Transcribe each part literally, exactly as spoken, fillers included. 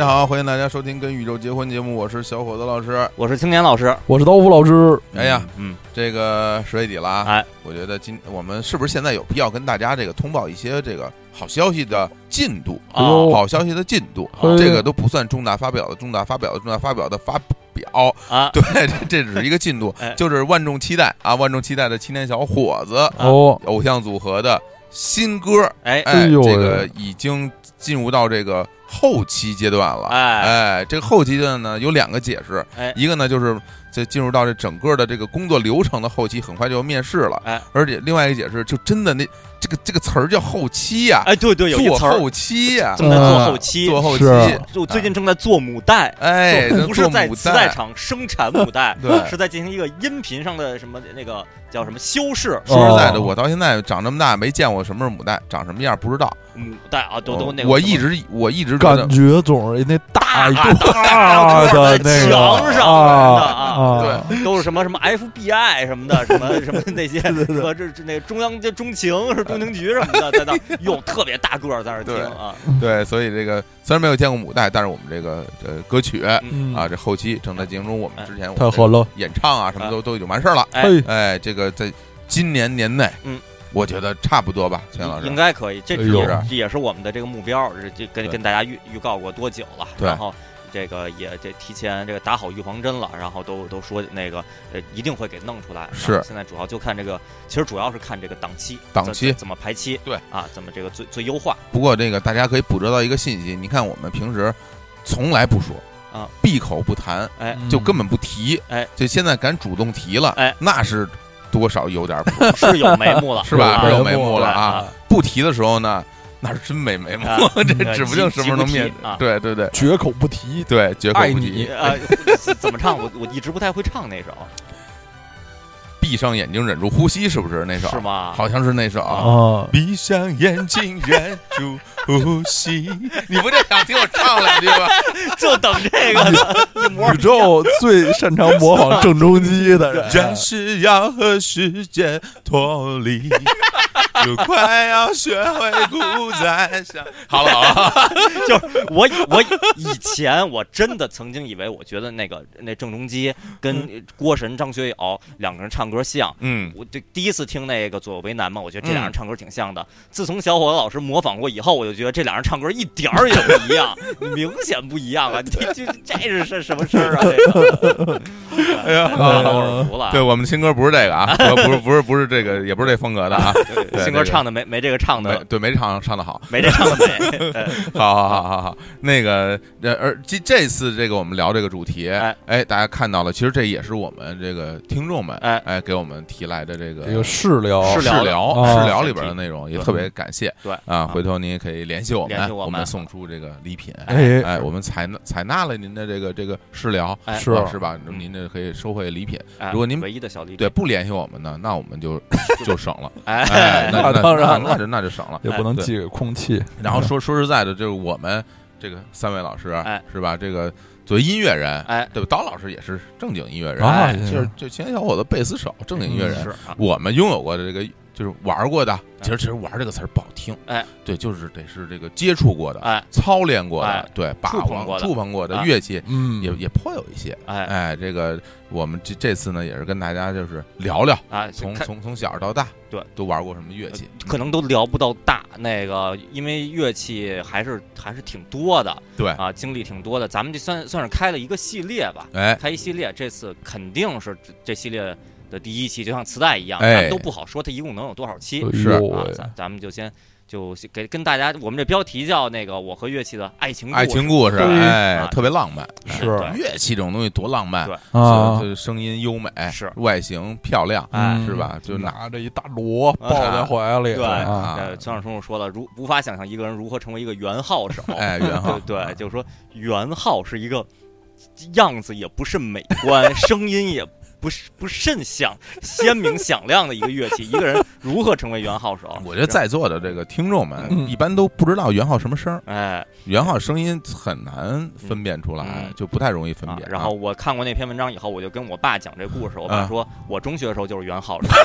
家好，欢迎大家收听《跟宇宙结婚》节目，我是小伙子老师， 我是青年老师， 我是刀夫老师。 哎呀， 嗯， 这个十月底了啊， 哎， 我觉得今我们是不是现在有必要跟大家这个通报一些这个好消息的进度啊？好消息的进度，这个都不算重大发表的重大发表的重大发表的发表啊， 对，这这只是一个进度，就是万众期待啊，万众期待的青年小伙子哦， 偶像组合的新歌， 哎哎，这个已经进入到这个后期阶段了， 哎哎，这个后期阶段呢有两个解释， 哎， 一个呢就是这进入到这整个的这个工作流程的后期，很快就要面试了， 哎， 而且另外一个解释就真的那这个这个词儿叫后期呀， 哎，对对，有一做词儿后期呀， 正在做后期， 做后期， 就最近正在做母带， 哎， 不是在磁带厂生产母带， 对， 是在进行一个音频上的什么那个叫什么修饰。 说实在的，我到现在长这么大没见过什么是母带，长什么样不知道。 母带啊，都都那个， 我一直我一直感觉总是那大大大的那个墙上的啊， 对， 都是什么什么 F B I 什么的，什么什么那些，说这这那中央这中情是中情局什么的，在那用特别大个在那听啊。 对，所以这个虽然没有见过母带，但是我们这个呃歌曲嗯啊，这后期正在进行中。我们之前太好了， 演唱啊什么都都已经完事儿了。 哎哎，这个在今年年内， 嗯。 我觉得差不多吧，钱老师应该可以，这是这也是我们的这个目标，这跟跟大家预预告过多久了，然后这个也这提前这个打好预防针了，然后都都说那个呃一定会给弄出来。 是， 现在主要就看这个，其实主要是看这个档期， 档期怎么排期， 对啊，怎么这个最最优化。 不过这个大家可以捕捉到一个信息，你看我们平时从来不说啊， 闭口不谈， 哎， 就根本不提， 哎， 就现在敢主动提了， 哎， 那是。多少有点是有眉目了， 是吧？ 是有眉目了啊！ 不提的时候呢，那是真没眉目，这指不定什么时候能面啊！ 对对对， 绝口不提， 对，绝口不提啊！怎么唱？我我一直不太会唱那首。 闭上眼睛，忍住呼吸，是不是那首？ 是吗？ 好像是那首啊！ 闭上眼睛，忍住呼吸。你不就想听我唱两句吗？ 就等这个呢。 宇宙最擅长模仿郑中基的人， 暂时要和世界脱离，就快要学会不再想。好了好了， 就是我我以前我真的曾经以为，我觉得那个那郑中基跟郭神张学友两个人唱歌像， 嗯， 我这第一次听那个左右为难嘛，我觉得这俩人唱歌挺像的。嗯、自从小伙子老师模仿过以后，我就觉得这俩人唱歌一点儿也不一样，明显不一样啊！这这这是是什么事儿啊？这个， 哎呀， 我是服了。 对，我们的新歌不是这个啊，不是不是不是这个，也不是这风格的啊。 新歌唱的没没这个唱的， 对，没唱唱的好， 没这唱的美。 好好好好好，那个呃，而这这次这个我们聊这个主题， 哎哎，大家看到了，其实这也是我们这个听众们哎哎给我们提来的这个这个试聊试聊聊试聊里边的内容，也特别感谢。 对啊，回头您也可以联系我们， 我们送出这个礼品。 哎哎，我们采纳采纳了您的这个这个试聊， 是是吧？您这可以收回礼品。 哎、 如果您唯一的小礼品对不联系我们呢，那我们就就省了。 哎， 哎那那当然那就那就省了， 也不能寄给空气。 然后说说实在的，就是我们这个三位老师， 哎， 是吧？这个作为音乐人， 哎， 对吧？刀老师也是正经音乐人， 哎， 就是就青年小伙子贝斯手，正经音乐人。 是我们拥有过的这个。就是玩过的，其实其实玩这个词儿不好听， 哎， 对，就是得是这个接触过的， 哎， 操练过的， 哎、 对，把玩触碰过的哎、 乐器， 嗯， 也也颇有一些， 哎哎，这个我们这这次呢也是跟大家就是聊聊， 啊， 从从从小到大， 对， 都玩过什么乐器， 呃、可能都聊不到大那个，因为乐器还是还是挺多的， 对啊，经历挺多的，咱们就算算是开了一个系列吧， 哎， 开一系列，这次肯定是这这系列。的第一期就像磁带一样， 哎、 咱们都不好说它一共能有多少期， 是啊，咱咱们就先就给跟大家，我们这标题叫那个我和乐器的爱情爱情故事，哎， 啊、 特别浪漫， 是乐器这种东西多浪漫， 对啊， 就声音优美， 是外形漂亮， 哎， 是吧？就拿着一大锣抱在怀里， 对啊， 村上春树说了，如无法想象一个人如何成为一个圆号手， 哎，圆号， 对，对就是说圆号是一个样子也不甚美观，声音也。不是不甚响鲜明响亮的一个乐器，一个人如何成为圆号手？ 我觉得在座的这个听众们一般都不知道圆号什么声， 哎， 圆号声音很难分辨出来， 嗯、 就不太容易分辨。 啊、然后我看过那篇文章以后，我就跟我爸讲这故事，我爸说、嗯、我中学的时候就是圆号手，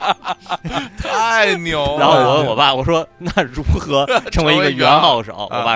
太牛了。 然后我问我爸，我说那如何成为一个圆号手？我爸说。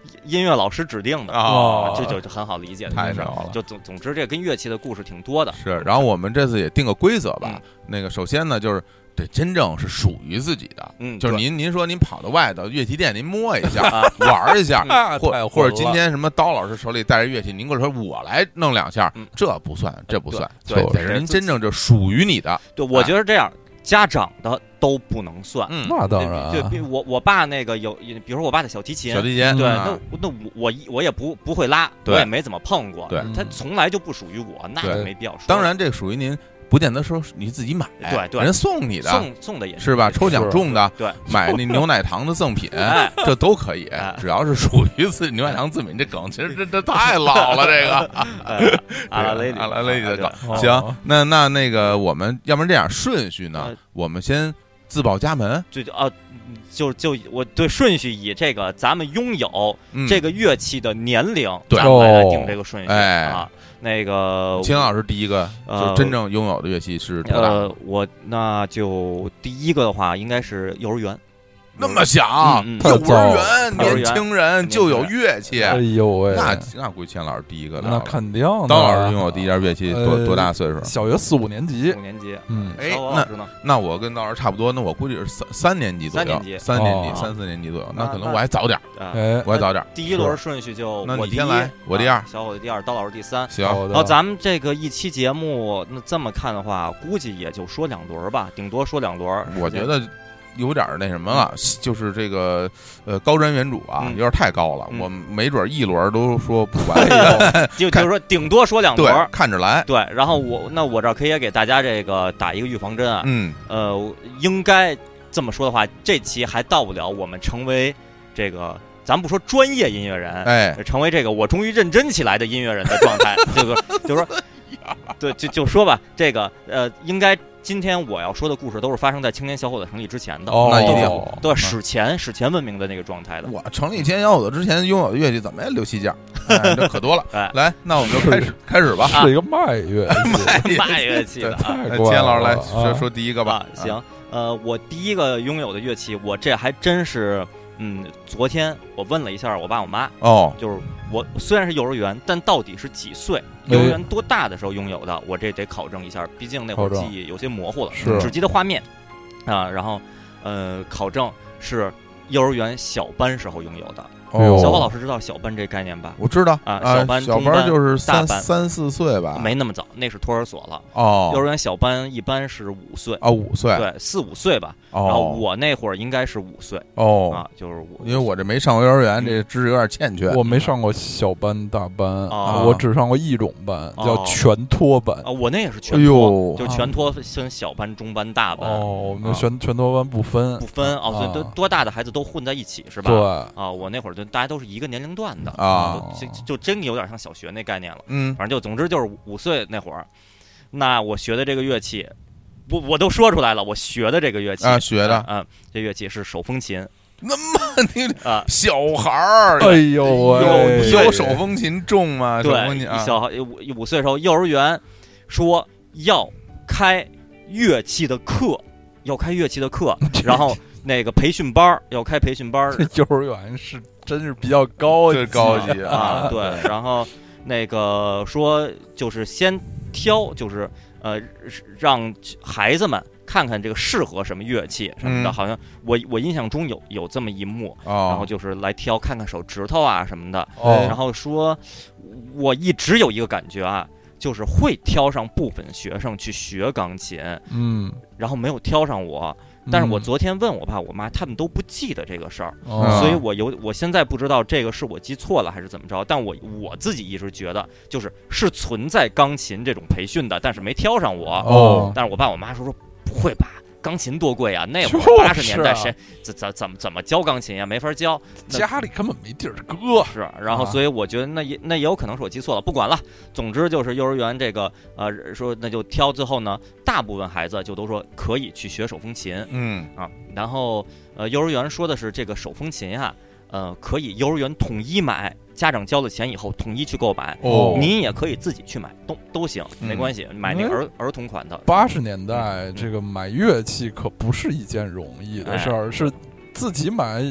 音乐老师指定的啊， 这就就很好理解的， 太少了。 就总总之，这跟乐器的故事挺多的。 是，然后我们这次也定个规则吧。 嗯、 那个首先呢，就是这真正是属于自己的， 嗯， 就是您您说您跑到外头乐器店，您摸一下，啊、玩一下， 嗯、 或或者今天什么刀老师手里带着乐器，您跟我说我来弄两下， 嗯、 这不算，这不算， 对， 得是您真正就属于你的。 对，我觉得这样。家长的都不能算， 嗯， 那当然。 对，我我爸那个有，比如说我爸的小提琴， 小提琴， 对， 嗯、 那那我我我也不不会拉，我也没怎么碰过， 对， 他从来就不属于我，那也没必要说。 当然，这个属于您。不见得说你自己买， 对对， 人送你的， 送送的也是吧？抽奖中的， 对， 买那牛奶糖的赠品，这都可以，只要是属于自己牛奶糖赠品，这梗其实这这太老了，这个阿拉蕾阿拉蕾的梗。行，那那那个我们要不然这样顺序呢？我们先自报家门， 就啊。就就我对顺序以这个咱们拥有这个乐器的年龄，咱们来定这个顺序啊。那个秦老师第一个就真正拥有的乐器是多大？ 呃，我那就第一个的话应该是幼儿园。 那么小， 嗯、 幼儿园年轻人就有乐器， 哎呦喂， 那那估计钱老师第一个了， 那肯定。 刀老师拥有第一件乐器多、呃、多大岁数？ 小学四五年级， 五年级。 嗯， 哎，那那我跟刀老师差不多，那我估计是三三年级左右， 三年级， 三年级、 哦、 三四年级左右，那可能我还早点， 哎， 我还早点。 第一轮顺序就那我第一， 先来，我第二， 小伙子第二，刀老师第三。 行， 然后咱们这个一期节目，那这么看的话，估计也就说两轮吧，顶多说两轮。 我觉得。有点那什么了，就是这个呃高瞻远瞩啊，有点太高了。我没准一轮都说不完， 就就是说顶多说两轮， 看着来。 对，然后我那我这儿可以也给大家这个打一个预防针啊， 嗯， 呃，应该这么说的话，这期还到不了我们成为这个。咱不说专业音乐人， 哎， 成为这个我终于认真起来的音乐人的状态，就是就是说，对，就就说吧，这个呃，应该今天我要说的故事都是发生在青年小伙子成立之前的， 哦， 那一定对史前史前文明的那个状态的。 我成立青年小伙子之前拥有的乐器怎么也六七件，哎、这可多了。 哎、 来，那我们就开始开始吧。 是一个卖乐器， 卖乐器的啊。 青年老师来说、啊、说第一个吧。 啊、行，呃，我第一个拥有的乐器，我这还真是。嗯，昨天我问了一下我爸我妈， 哦， 就是我虽然是幼儿园，但到底是几岁？幼儿园多大的时候拥有的？我这得考证一下，毕竟那会儿记忆有些模糊了， 是只记得画面啊。然后，呃，考证是幼儿园小班时候拥有的。 哦， 小宝老师知道小班这概念吧？ 我知道啊，小班、 小班就是三班三四岁吧， 没那么早，那是托儿所了。 哦， 幼儿园小班一般是五岁啊，五岁， 对，四五岁吧。 哦， 然后我那会儿应该是五岁。 哦， 啊，就是我， 因为我这没上过幼儿园，这知识有点欠缺。 我没上过小班、大班， 哦、 我只上过一种班， 哦、 叫全托班。 啊，我那也是全托，就全托分小班、中班、大班。 哦，我们全全托班不分， 不分哦，所以都多大的孩子都混在一起是吧？ 对啊，我那会儿就大家都是一个年龄段的啊， 就就真有点像小学那概念了。 嗯， 反正就总之就是五岁那会儿，那我学的这个乐器，我我都说出来了，我学的这个乐器啊，学的啊，这乐器是手风琴。 那么你啊， 小孩儿， 哎呦喂， 有手风琴重吗？ 对， 手风琴啊， 小孩五五岁的时候，幼儿园说要开乐器的课，要开乐器的课，然后那个培训班要开培训班。 这幼儿园是真是比较高级， 高级啊，对，然后那个说就是先挑，就是呃让孩子们看看这个适合什么乐器什么的， 嗯、 好像我我印象中有有这么一幕， 哦、 然后就是来挑看看手指头啊什么的， 哦、 然后说我一直有一个感觉啊，就是会挑上部分学生去学钢琴， 嗯， 然后没有挑上我。但是我昨天问我爸我妈，他们都不记得这个事儿， 哦、 所以我有我现在不知道这个是我记错了还是怎么着，但我我自己一直觉得就是是存在钢琴这种培训的，但是没挑上我。 哦， 但是我爸我妈说说不会吧，钢琴多贵啊，那会儿八十年代谁怎怎怎么怎么教钢琴呀、啊？没法教， 家里根本没地儿搁。 是，然后所以我觉得那也那也有可能是我记错了，不管了。总之就是幼儿园这个呃说那就挑，最后呢，大部分孩子就都说可以去学手风琴， 嗯啊，然后呃幼儿园说的是这个手风琴啊，呃可以幼儿园统一买。家长交了钱以后，统一去购买。 哦， 您也可以自己去买，都都行，没关系。 嗯、 买那个儿、嗯、儿童款的。 八十年代，这个买乐器可不是一件容易的事儿， 哎、 是自己买是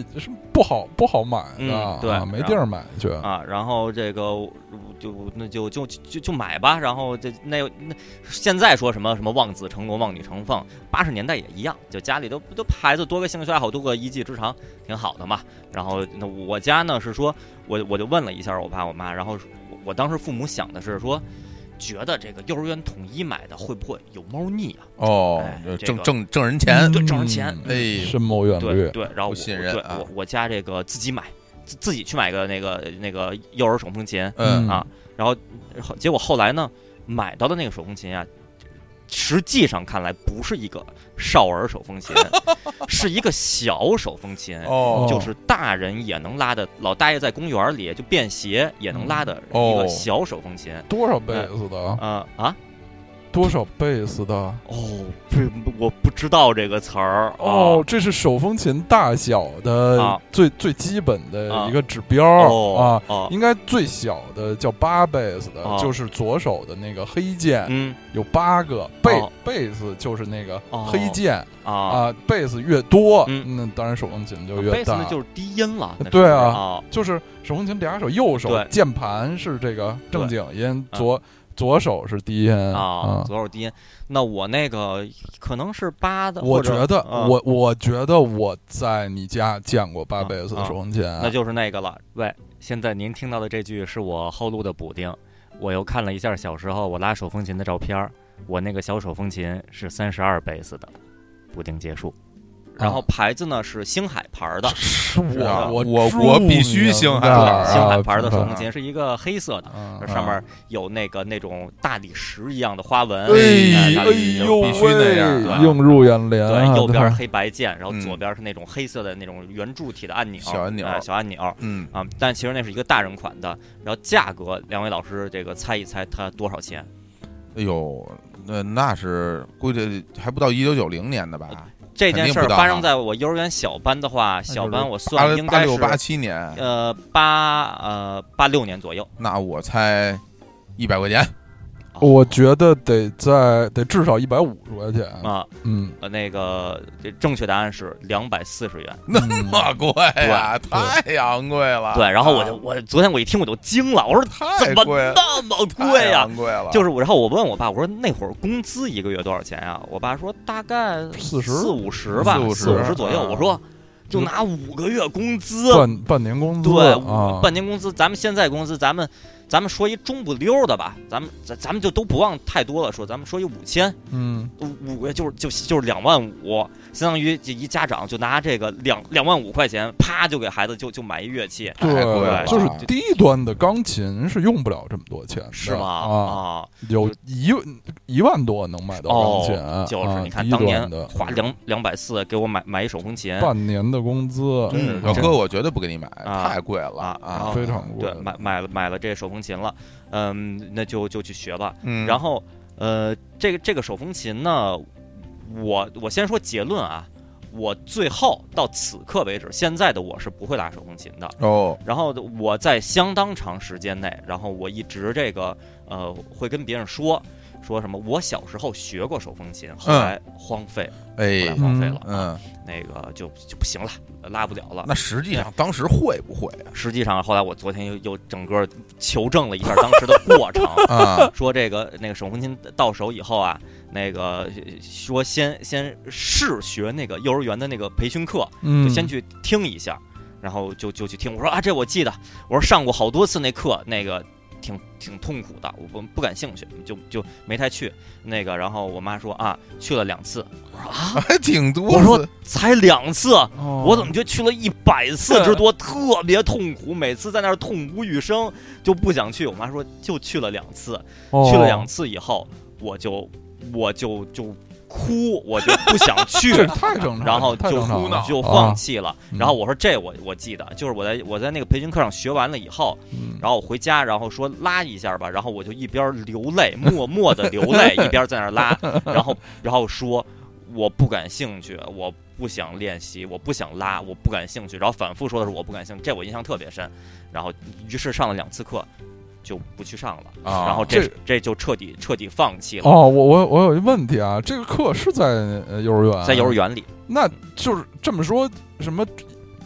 不好不好买的， 嗯、对、 啊，没地儿买去啊。然后这个就那就就就就买吧。然后这那那现在说什么什么望子成龙、望女成凤，八十年代也一样，就家里都都孩子多个兴趣爱好，多个一技之长，挺好的嘛。然后那我家呢是说，我我就问了一下我爸我妈，然后我当时父母想的是说，觉得这个幼儿园统一买的会不会有猫腻啊？ 哦， 哎、 挣这个、 挣挣人钱， 对，挣人钱， 哎， 深谋远虑， 对对。然后我信任、啊、 对我我家这个自己买，自自己去买个那个那个幼儿手风琴， 嗯啊，然后结果后来呢，买到的那个手风琴啊，实际上看来不是一个少儿手风琴，是一个小手风琴， 哦， 就是大人也能拉的，老大爷在公园里就便携也能拉的一个小手风琴。 多少贝斯的？ 呃啊， 多少贝斯的？ 哦，这我不知道这个词儿。 哦，这是手风琴大小的最、啊、最基本的一个指标啊、 哦、啊，应该最小的叫八贝斯的、 啊， 就是左手的那个黑键， 嗯， 有八个贝、 哦、 贝斯就是那个哦、 黑键啊啊，贝斯越多， 嗯， 那当然手风琴就越大。 贝斯那就是低音了， 对啊， 啊就是手风琴俩手，右手键盘是这个正经音，左。左手是低音啊，左手低音。那我那个可能是八的， 我觉得， 嗯、 我我觉得我在你家见过八贝斯的手风琴、啊啊，那就是那个了。喂，现在您听到的这句是我后录的补丁。我又看了一下小时候我拉手风琴的照片，我那个小手风琴是三十二贝斯的。补丁结束。然后牌子呢是星海牌的， 我我我我必须星海牌， 星海牌的手风琴是一个黑色的， 啊、 上面有那个那种大理石一样的花纹， 哎哎呦， 必须那样， 映入眼帘、啊。 对，右边黑白键，然后左边是那种黑色的那种圆柱体的按钮， 小按钮， 哎、小按钮， 嗯啊，但其实那是一个大人款的。然后价格，两位老师这个猜一猜它多少钱？ 哎呦，那那是估计还不到一九九零年的吧。 这件事儿发生在我幼儿园小班的话，小班我算应该是八六八七年， 呃八呃八六年左右。 那我猜一百块钱， 我觉得得在得至少一百五十块钱啊。 嗯， 呃，那个正确答案是两百四十元， 那么贵呀，太昂贵了。 对，然后我就我昨天我一听我就惊了，我说怎么那么贵呀？ 贵了。 就是我，然后我问我爸，我说那会儿工资一个月多少钱呀？我爸说大概四十四五十吧，四五十左右。我说。就拿五个月工资， 半半年工资， 对， 啊、 半年工资。咱们现在工资，咱们咱们说一中不溜的吧，咱们咱咱们就都不忘太多了，说咱们说一五千， 嗯， 五个就是就就是两万五，相当于一家长就拿这个两两万五块钱，啪就给孩子就就买一乐器， 对， 对就是低端的钢琴是用不了这么多钱， 是吗？ 啊，有一一万多能买到钢琴， 哦、就是、 啊、 你看当年花两两百四给我买买一手风琴， 半年的工资， 嗯， 要哥我绝对不给你买， 啊、 太贵了啊啊， 非常贵。 对，买买了买了这手风琴了，嗯，那就就去学吧。 嗯， 然后呃，这个这个手风琴呢，我我先说结论啊，我最后到此刻为止，现在的我是不会拉手风琴的哦。 然后我在相当长时间内，然后我一直这个呃会跟别人说。说什么？我小时候学过手风琴，后来荒废， 哎、 后来荒废了， 嗯， 啊、那个就就不行了，拉不了了。 那实际上当时会不会啊？ 实际上后来我昨天又又整个求证了一下当时的过程啊， 说这个那个手风琴到手以后啊，那个说先先试学那个幼儿园的那个培训课， 嗯， 就先去听一下，然后就就去听。我说啊，这我记得，我说上过好多次那课，那个。挺挺痛苦的，我不不感兴趣，就就没太去那个。然后我妈说啊，去了两次。我说啊， 还挺多。 我说才两次， 哦、 我怎么觉得去了一百次之多，特别痛苦，每次在那儿痛不欲生，就不想去。我妈说就去了两次， 哦、 去了两次以后，我就我就就。哭，我就不想去， 这太正常， 然后就哭呢，就放弃了。 啊、 然后我说这我我记得，就是我在我在那个培训课上学完了以后， 嗯、 然后我回家，然后说拉一下吧，然后我就一边流泪，默默的流泪，一边在那拉，然后然后说我不感兴趣，我不想练习，我不想拉，我不感兴趣，然后反复说的是我不感兴趣，这我印象特别深。然后于是上了两次课。就不去上了， 啊、 然后这这, 这就彻底彻底放弃了。 哦，我我我有一问题啊，这个课是在幼儿园， 在幼儿园里， 那就是这么说，什么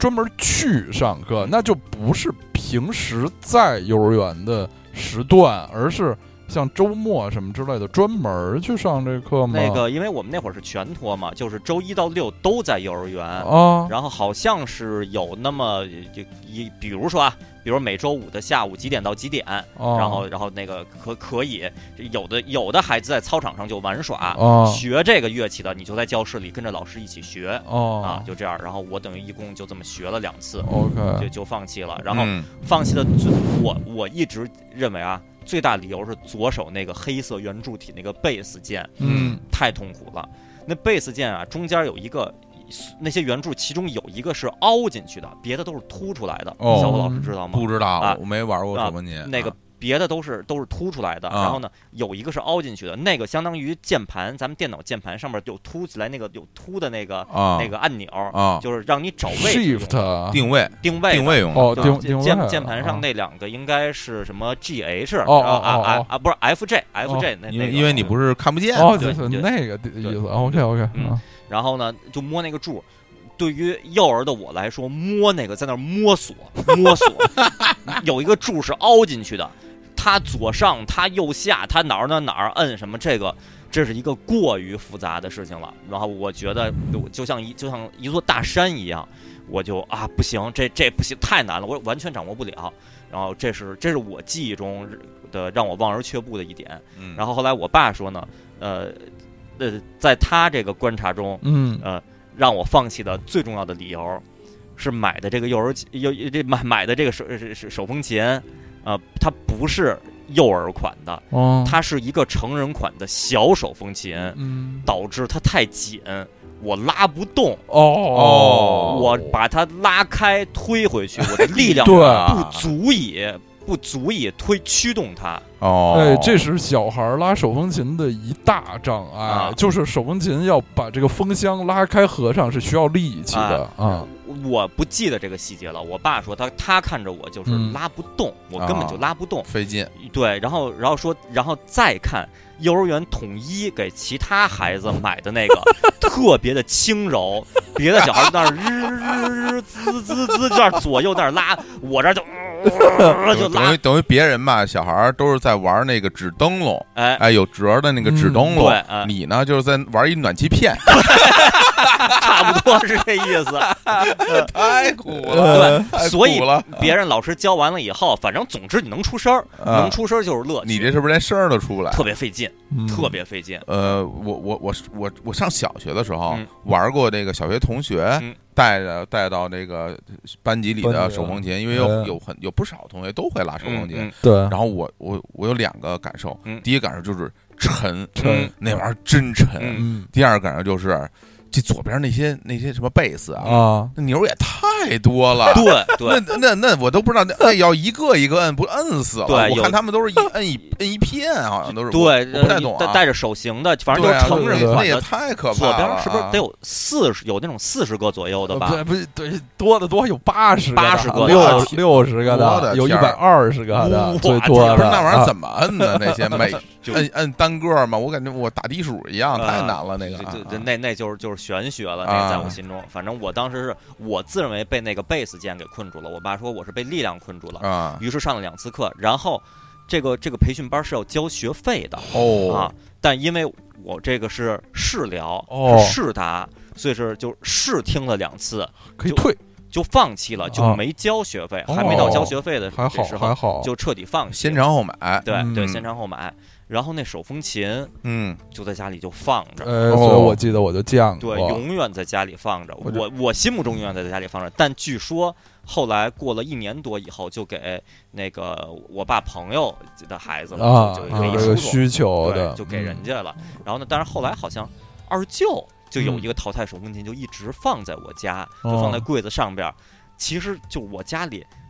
专门去上课，那就不是平时在幼儿园的时段，而是像周末什么之类的专门去上这课吗？ 那个，因为我们那会儿是全托嘛，就是周一到六都在幼儿园啊， 然后好像是有那么一，比如说啊，比如每周五的下午几点到几点，啊、然后然后那个可可以有的有的孩子在操场上就玩耍，啊、学这个乐器的，你就在教室里跟着老师一起学， 啊， 就这样。然后我等于一共就这么学了两次 ，OK， 就就放弃了。然后放弃的最，我我一直认为啊。最大理由是左手那个黑色圆柱体那个贝斯键， 嗯， 太痛苦了。那贝斯键啊，中间有一个，那些圆柱其中有一个是凹进去的，别的都是凸出来的。 哦、 小虎老师知道吗？ 不知道， 啊、 我没玩过手风琴。 啊、那个别的都是都是凸出来的， 啊、 然后呢，有一个是凹进去的，那个相当于键盘，咱们电脑键盘上面有凸起来那个有凸的那个、 啊、 那个按钮， 啊、 就是让你找位 Shift 定位定位定位用的。 哦，定定键键盘上那两个应该是什么 G H 哦啊啊啊啊不是 F J F J 那因为因为你不是看不见哦， 对对那个意思。OK OK， 嗯，然后呢就摸那个柱。对于幼儿的我来说，摸那个在那儿摸索摸索，有一个柱是凹进去的，它左上它右下它哪儿哪哪儿摁什么，这个这是一个过于复杂的事情了。然后我觉得就像一就像一座大山一样，我就啊不行，这这不行，太难了，我完全掌握不了。然后这是这是我记忆中的让我望而却步的一点。 嗯、 然后后来我爸说呢，呃呃，在他这个观察中， 嗯呃。让我放弃的最重要的理由，是买的这个幼儿幼这买买的这个手手风琴，呃，它不是幼儿款的， 哦， 它是一个成人款的小手风琴， 嗯， 导致它太紧，我拉不动。 哦， 我把它拉开推回去，我的力量不足以不足以推驱动它。 哦， 哎，这是小孩拉手风琴的一大障碍， 啊、 就是手风琴要把这个风箱拉开合上是需要力气的啊。 啊我不记得这个细节了。我爸说他他看着我就是拉不动，嗯、我根本就拉不动， 啊、费劲。 对，然后然后说，然后再看幼儿园统一给其他孩子买的那个特别的轻柔，别的小孩在那儿日日滋滋滋在那左右在那拉，我这就。呃、就等于等于别人吧，小孩都是在玩那个纸灯笼， 哎哎，有折的那个纸灯笼， 嗯、对、呃， 你呢就是在玩一暖气片， 差不多是这意思。 太苦了， 对，所以别人老师教完了以后，反正总之你能出声儿， 啊、 能出声就是乐趣。 你这是不是连声儿都出不来？ 特别费劲， 嗯、 特别费劲。 呃，我我我我我上小学的时候、 嗯、 玩过那个小学同学。 嗯带着带到那个班级里的手风琴，因为有有很有不少同学都会拉手风琴， 嗯嗯、 对。 然后我我我有两个感受， 嗯、 第一个感受就是沉， 沉那玩意儿真沉。 嗯、 第二个感受就是这左边那些那些什么贝斯啊， 啊那钮也太多了， 对对， 那那那我都不知道，那要一个一个摁，不摁死了？ 对， 我看他们都是一摁一摁一片，好像都是。 对， 我不太懂啊。 带着手型的，反正都是成人款的， 那也太可怕了。 左边是不是得有四十？有那种四十个左右的吧？ 不不对，多的多，有八十个、 八十个、 六六十个的，有一百二十个的，最多的。 不是那玩意儿怎么摁的？那些每摁摁单个嘛，我感觉我打地鼠一样，太难了。那个， 对，那那就是就是玄学了。那在我心中，反正我当时是我自认为被那个贝斯键给困住了。我爸说我是被力量困住了啊， 于是上了两次课。然后这个这个培训班是要交学费的哦啊，但因为我这个是试聊， 哦、 是试答，所以是就试听了两次， 可以退。 就放弃了，就没交学费， 哦、 还没到交学费的还好还好， 就彻底放弃， 先尝后买， 对、 嗯、 对，先尝后买。然后那手风琴， 嗯， 就在家里就放着， 呃，所以我记得我就见过， 对，永远在家里放着。我我, 我心目中永远在家里放着，但据说后来过了一年多以后，就给那个我爸朋友的孩子了， 啊， 就有这个需求的， 就给人家了。嗯、然后呢，但是后来好像二舅就有一个淘汰手风琴，就一直放在我家， 嗯、 就放在柜子上边。其实就我家里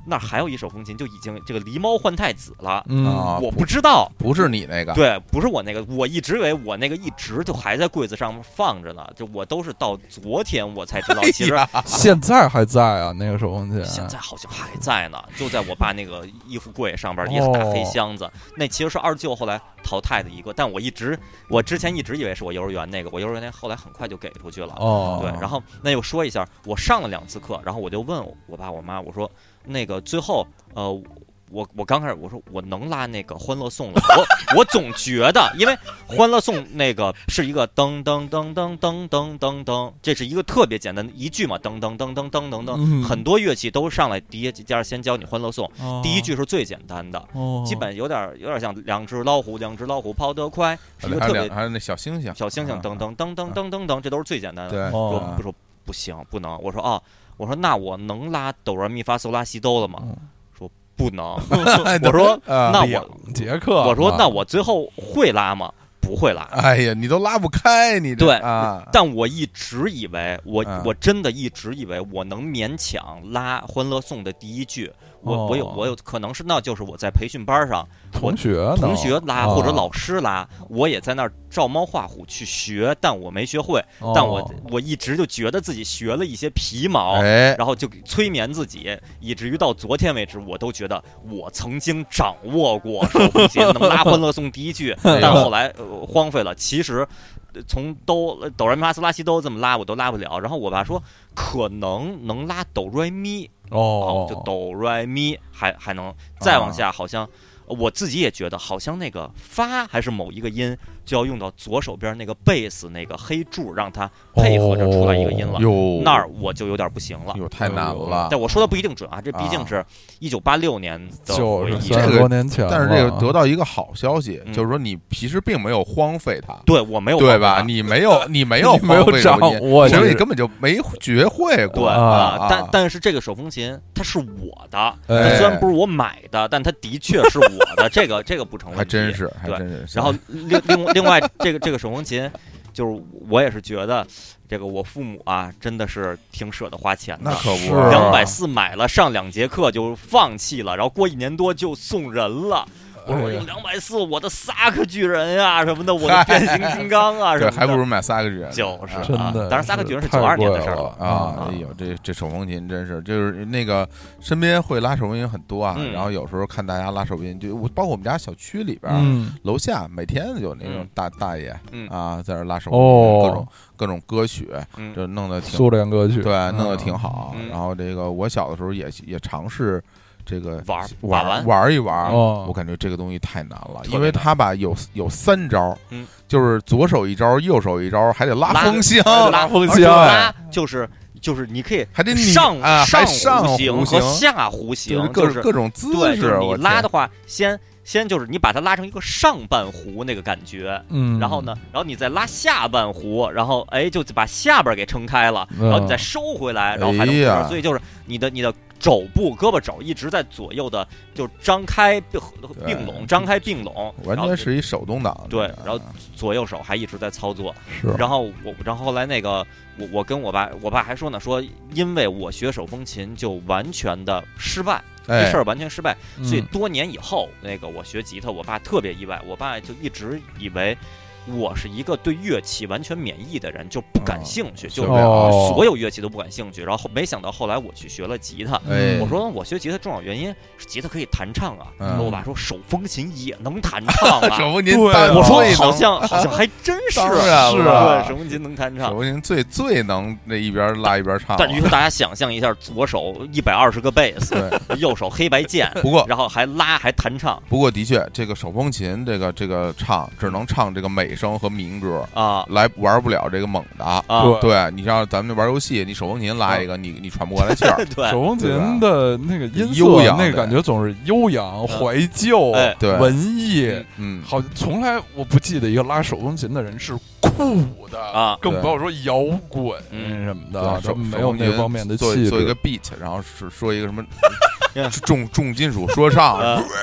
那还有一手风琴就已经这个狸猫换太子了， 嗯， 啊， 我不知道， 不是你那个， 对，不是我那个，我一直以为我那个一直就还在柜子上面放着呢，就我都是到昨天我才知道，其实现在还在啊，那个手风琴， 现在好像还在呢，就在我爸那个衣服柜上边一个大黑箱子，那其实是二舅后来淘汰的一个，但我一直我之前一直以为是我幼儿园那个，我幼儿园那后来很快就给出去了， 哦， 对，然后那又说一下，我上了两次课，然后我就问我爸我妈，我说那个最后呃。我我刚开始我说我能拉那个《欢乐颂》了，我我总觉得，因为《欢乐颂》那个是一个噔噔噔噔噔噔噔噔，这是一个特别简单的一句嘛，噔噔噔噔噔噔噔，很多乐器都上来第一件先教你《欢乐颂》，第一句是最简单的，基本有点有点像两只老虎，两只老虎跑得快，是一个特别还有那小星星， 小星星噔噔噔噔噔噔噔，这都是最简单的。 对， 说不说不行不能，我说啊，我说那我能拉哆来咪发嗦拉西哆了吗？不能，我说那我节课， 我说那我最后会拉吗？不会拉。 哎呀，你都拉不开，你对啊！ 但我一直以为，我、 嗯、 我真的一直以为我能勉强拉《欢乐颂》的第一句。我、哦、我有我有可能是那就是我在培训班上， 同学同学拉、哦、或者老师拉，我也在那儿照猫画虎去学，但我没学会。哦、但我我一直就觉得自己学了一些皮毛， 哎、 然后就催眠自己，以至于到昨天为止，我都觉得我曾经掌握过手风琴，能拉《欢乐颂》第一句，但后来、呃、荒废了。其实。从哆哆来咪发嗦拉西哆这么拉我都拉不了，然后我爸说可能能拉哆来咪哦， 就哆来咪还还能再往下，好像我自己也觉得好像那个发还是某一个音就要用到左手边那个贝斯那个黑柱，让它配合着出来一个音了。 哦、 那儿我就有点不行了， 哟，太难了。 但我说的不一定准啊，这毕竟是一九八六年的回忆， 三十多年前。 但是这个得到一个好消息，嗯、就是说你其实并没有荒废它。 对我没有， 对吧？你没有，你没有没有掌握， 因为你根本就没学会过。 对啊， 啊但但是这个手风琴它是我的，它虽然不是我买的，但它的确是我的。这个这个不成问题， 还真是，还真是。 然后另另另外这个这个手风琴，就是我也是觉得，这个我父母啊，真的是挺舍得花钱的。 那可不， 两百四买了，上两节课就放弃了，然后过一年多就送人了。我说用两百四，我的萨克巨人呀、啊、什么的，我的变形金刚啊什么的， 还不如买萨克巨人。 就是真的， 当然萨克巨人是九二年的事儿了啊！哎呦，这这手风琴真是，就是那个身边会拉手风琴很多啊， 嗯、 然后有时候看大家拉手风琴，就包括我们家小区里边， 嗯、 楼下每天有那种大、嗯、大爷、 嗯、 啊，在那拉手风琴， 哦、 各种各种歌曲， 嗯、 就弄得挺苏联歌曲， 对，弄得挺好。 嗯、 然后这个我小的时候也也尝试。这个玩玩玩一玩， 哦、 我感觉这个东西太难了， 难因为它吧有有三招， 嗯， 就是左手一招，右手一招，还得拉风箱， 拉风箱， 拉就是就是你可以还得上啊上弧形和下弧形， 就是各种姿势。 就是你拉的话，先先就是你把它拉成一个上半弧那个感觉， 嗯， 然后呢，然后你再拉下半弧，然后哎就把下边给撑开了，然后你再收回来，然后还能、 哎、 所以就是你的你的。肘部、胳膊肘一直在左右的就张开并拢，张开并拢， 完全是一手动挡。 对，然后左右手还一直在操作。 是， 然后我，然后后来那个我，我跟我爸，我爸还说呢，说因为我学手风琴就完全的失败， 哎、 这事儿完全失败， 嗯、 所以多年以后，那个我学吉他，我爸特别意外，我爸就一直以为。我是一个对乐器完全免疫的人，就不感兴趣， 哦、 就所有乐器都不感兴趣。然后没想到后来我去学了吉他， 哎、 我说我学吉他重要原因是吉他可以弹唱啊。 嗯、 我爸说手风琴也能弹唱啊， 手风琴对、 啊，我说好像好像还真是， 是啊， 对，手风琴能弹唱， 手风琴最最能那一边拉一边唱。 但是大家想象一下，左手一百二十个贝斯，右手黑白键， 不过然后还拉还弹唱。 不过的确，这个手风琴这个这个唱只能唱这个美声和民歌。 啊， 来玩不了这个猛的啊！ 对，你像咱们玩游戏，你手风琴拉一个，你你喘不过来气儿。 对， 手风琴的那个音色， 那个感觉总是悠扬、怀旧、 对文艺。 嗯， 好，从来我不记得一个拉手风琴的人是酷的啊， 更不要说摇滚什么的，他没有那方面的气质。 做一个 beat， 然后是说一个什么重重金属说唱。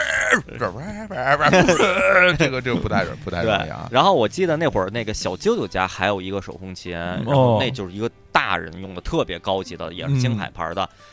这个这个不太不太容易啊。 然后我记得那会儿那个小舅舅家还有一个手风琴，然后那就是一个大人用的特别高级的，也是星海牌的。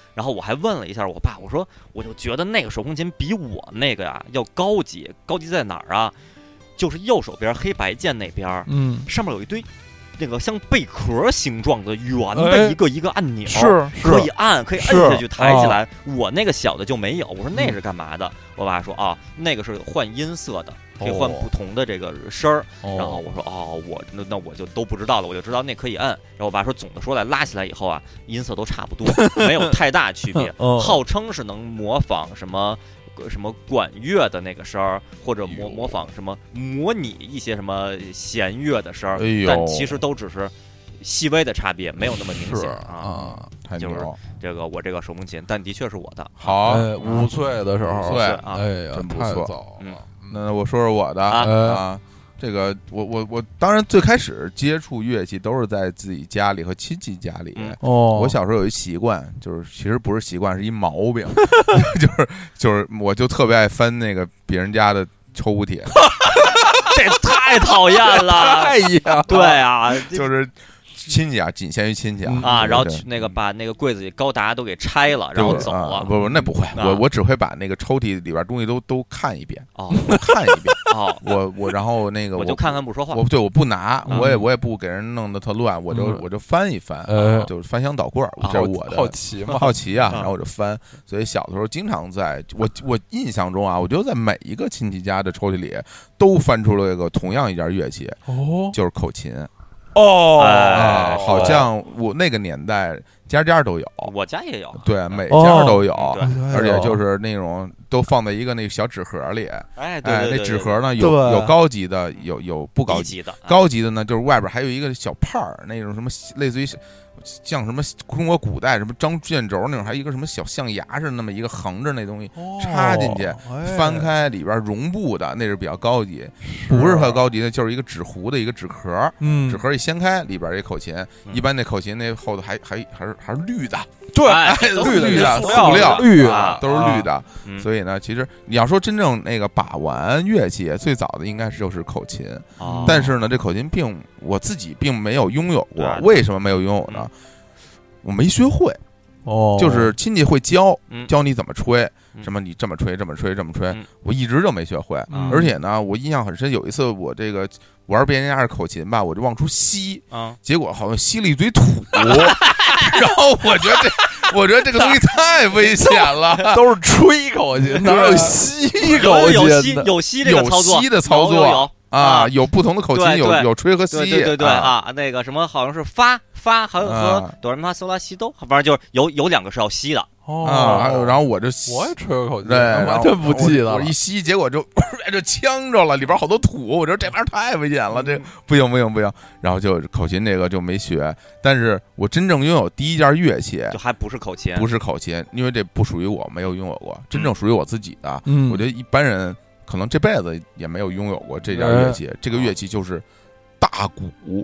然后我还问了一下我爸，我说我就觉得那个手风琴比我那个呀要高级，高级在哪儿啊？就是右手边黑白键那边，嗯，上面有一堆那个像贝壳形状的圆的一个一个按钮， 是可以按，可以摁下去抬起来。我那个小的就没有。我说那是干嘛的？我爸说啊，那个是换音色的。可以换不同的这个声儿，哦、然后我说哦，我那那我就都不知道了，我就知道那可以摁。然后我爸说，总的说来，拉起来以后啊，音色都差不多，没有太大区别。哦、号称是能模仿什么什么管乐的那个声儿，或者模模仿什么模拟一些什么弦乐的声儿，哎、但其实都只是细微的差别，没有那么明显啊。 太牛了！ 这个我这个手风琴，但的确是我的。 好， 哎、五岁的时候， 五岁啊， 哎呀， 真不错。 嗯。那我说说我的啊， 啊这个我我我当然最开始接触乐器都是在自己家里和亲戚家里。 嗯、 哦， 我小时候有一习惯，就是其实不是习惯，是一毛病，就是就是我就特别爱翻那个别人家的抽屉铁， 这太讨厌了。 哎呀， 对啊， 就是。亲戚啊，仅限于亲戚啊啊！然后那个把那个柜子里高达都给拆了，然后走了。 啊、不不，那不会， 啊、 我我只会把那个抽屉里边东西都都看一遍哦，看一遍哦。 我我然后那个我就看看不说话。 我对我不拿，嗯、我也我也不给人弄得特乱，我就、嗯、我就翻一翻， 呃， 就翻箱倒柜儿，这是我的好奇嘛， 好奇啊。然后我就翻，所以小的时候经常在我我印象中啊，我就在每一个亲戚家的抽屉里都翻出了一个同样一件乐器， 哦， 就是口琴。 哦啊，好像我那个年代家家都有， 我家也有， 对，每家都有， 哦、 而且就是那种都放在一个那个小纸盒里， 哎，对对对对那纸盒呢有有高级的，有有不高级的，高级的呢就是外边还有一个小帕儿，那种什么类似于。像什么中国古代什么张卷轴那种，还有一个什么小象牙似的那么一个横着那东西插进去，翻开里边绒布的，那是比较高级。不是特高级的，就是一个纸糊的一个纸盒，纸盒一掀开，里边一口琴，一般那口琴那后头还还还是还是绿的， 对， 绿绿的塑料绿的都是绿的。所以呢，其实你要说真正那个把玩乐器，最早的应该是就是口琴。但是呢，这口琴并我自己并没有拥有过，为什么没有拥有呢？我没学会， 哦， 就是亲戚会教教你怎么吹，什么你这么吹这么吹这么吹，我一直就没学会。而且呢，我印象很深，有一次我这个玩别人家的口琴吧，我就往出吸，结果好像吸了一嘴土，然后我觉得这。我觉得这个东西太危险了， 都是吹口琴，哪有吸口琴？ 有吸有吸这个操作， 有吸的操作有有啊，有不同的口琴，有有吹和吸， 对对对啊，那个什么好像是发发，还有和哆来咪发嗦拉西哆，反正就是有有两个是要吸的。 啊，然后我就我也吹过口琴， 对， 完全不记得。 我一吸，结果就就呛着了，里边好多土，我觉得这玩意儿太危险了，这不行不行不行。然后就口琴这个就没学，但是我真正拥有第一件乐器， 就还不是口琴， 不是口琴，因为这不属于我，没有拥有过，真正属于我自己的。 嗯， 我觉得一般人可能这辈子也没有拥有过这件乐器，这个乐器就是大鼓。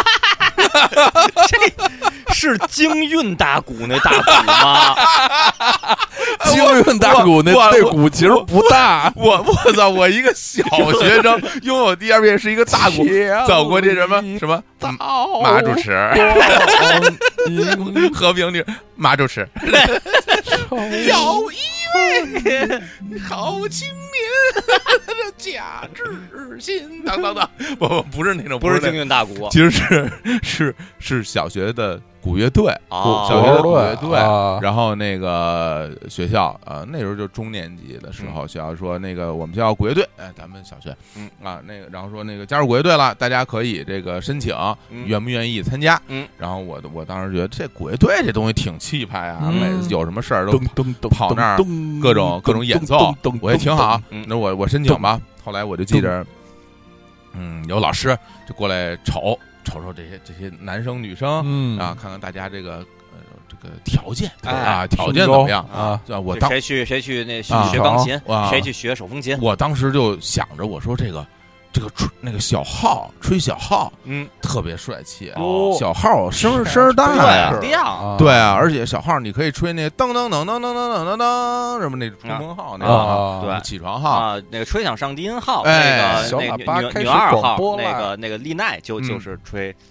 这是京韵大鼓那大鼓吗？ 京韵大鼓那那鼓其实不大。 我我操！我一个小学生拥有第二遍是一个大鼓，走过去什么什么马主持，和平女马主持，有一位好青年，贾志新，等等等，不不不是那种， 不是京韵大鼓， 其实是是是小学的鼓乐队， 哦、 小学的鼓乐队。啊、然后那个学校，呃，那时候就中年级的时候，嗯、学校说那个我们学校鼓乐队，哎，咱们小学，嗯啊，那个然后说那个加入鼓乐队了，大家可以这个申请，嗯、愿不愿意参加？ 嗯， 然后我我当时觉得这鼓乐队这东西挺气派啊， 嗯、 每次有什么事儿都跑那儿，各种各种演奏，我也挺好。那我我申请吧。后来我就记着，嗯，有老师就过来瞅瞅瞅这些这些男生女生， 嗯啊，看看大家这个呃这个条件哎啊，条件怎么样啊？ 我当谁去谁去那学学钢琴，谁去学手风琴？ 我当时就想着，我说这个。这个吹那个小号吹小号， 嗯， 特别帅气。 哦， 小号声声大呀， 亮， 对啊，而且小号你可以吹那噔噔噔噔噔噔噔噔，什么那冲锋号那个， 对， 起床号啊，那个吹响上低音号， 哎， 那个那个女女二号，那个那个丽奈就就是吹。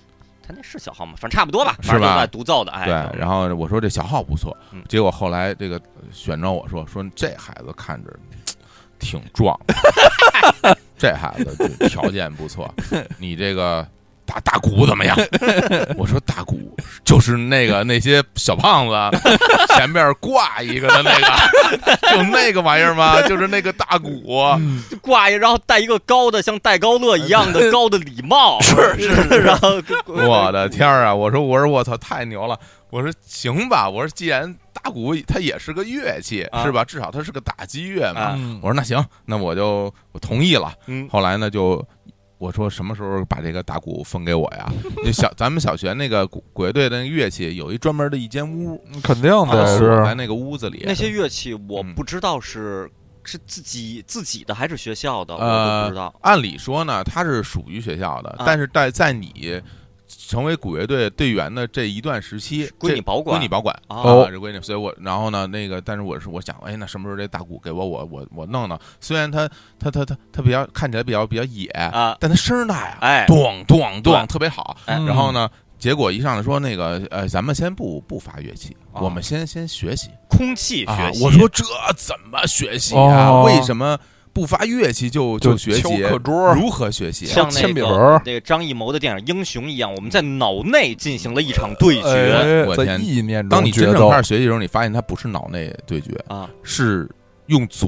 他那是小号吗？反正差不多吧， 是吧？ 在独奏的，哎， 对。然后我说这小号不错， 嗯、 结果后来这个选着我说说这孩子看着挺壮的，这孩子条件不错，你这个。打大鼓怎么样？我说大鼓就是那个那些小胖子前面挂一个的那个，就那个玩意儿吗？就是那个大鼓， 嗯、挂一，然后戴一个高的像戴高乐一样的高的礼帽， 是是， 然后我的天啊！我说我说我操，太牛了！我说行吧，我说既然大鼓它也是个乐器，啊、是吧？至少它是个打击乐嘛。啊、我说那行，那我就我同意了。 嗯、 后来呢就。我说什么时候把这个大鼓分给我呀？就小咱们小学那个鼓鼓乐队的那个乐器有一专门的一间屋， 肯定的是在那个屋子里。 那些乐器我不知道是、嗯、是自己自己的还是学校的， 呃、 我不知道。 按理说呢，它是属于学校的， 啊、 但是在在你成为鼓乐队队员的这一段时期， 归你保管， 归你保管哦， 这归你。所以我，然后呢，那个，但是我是我想，哎，那什么时候这大鼓给我，我我我弄弄？虽然它它它它它比较看起来比较比较野啊， 但它声大呀， 哎， 咚咚咚，特别好。 哎、 然后呢，结果一上来说那个，呃，咱们先不不发乐器， 哦、 我们先先学习空气学习。 啊、我说这怎么学习啊？哦、为什么？不发乐器就就学习课桌， 如何学习？ 像那个那个张艺谋的电影《英雄》一样，我们在脑内进行了一场对决。 哎、 我天！ 意念中当你真正开始学习的时候，你发现它不是脑内对决啊， 是用嘴，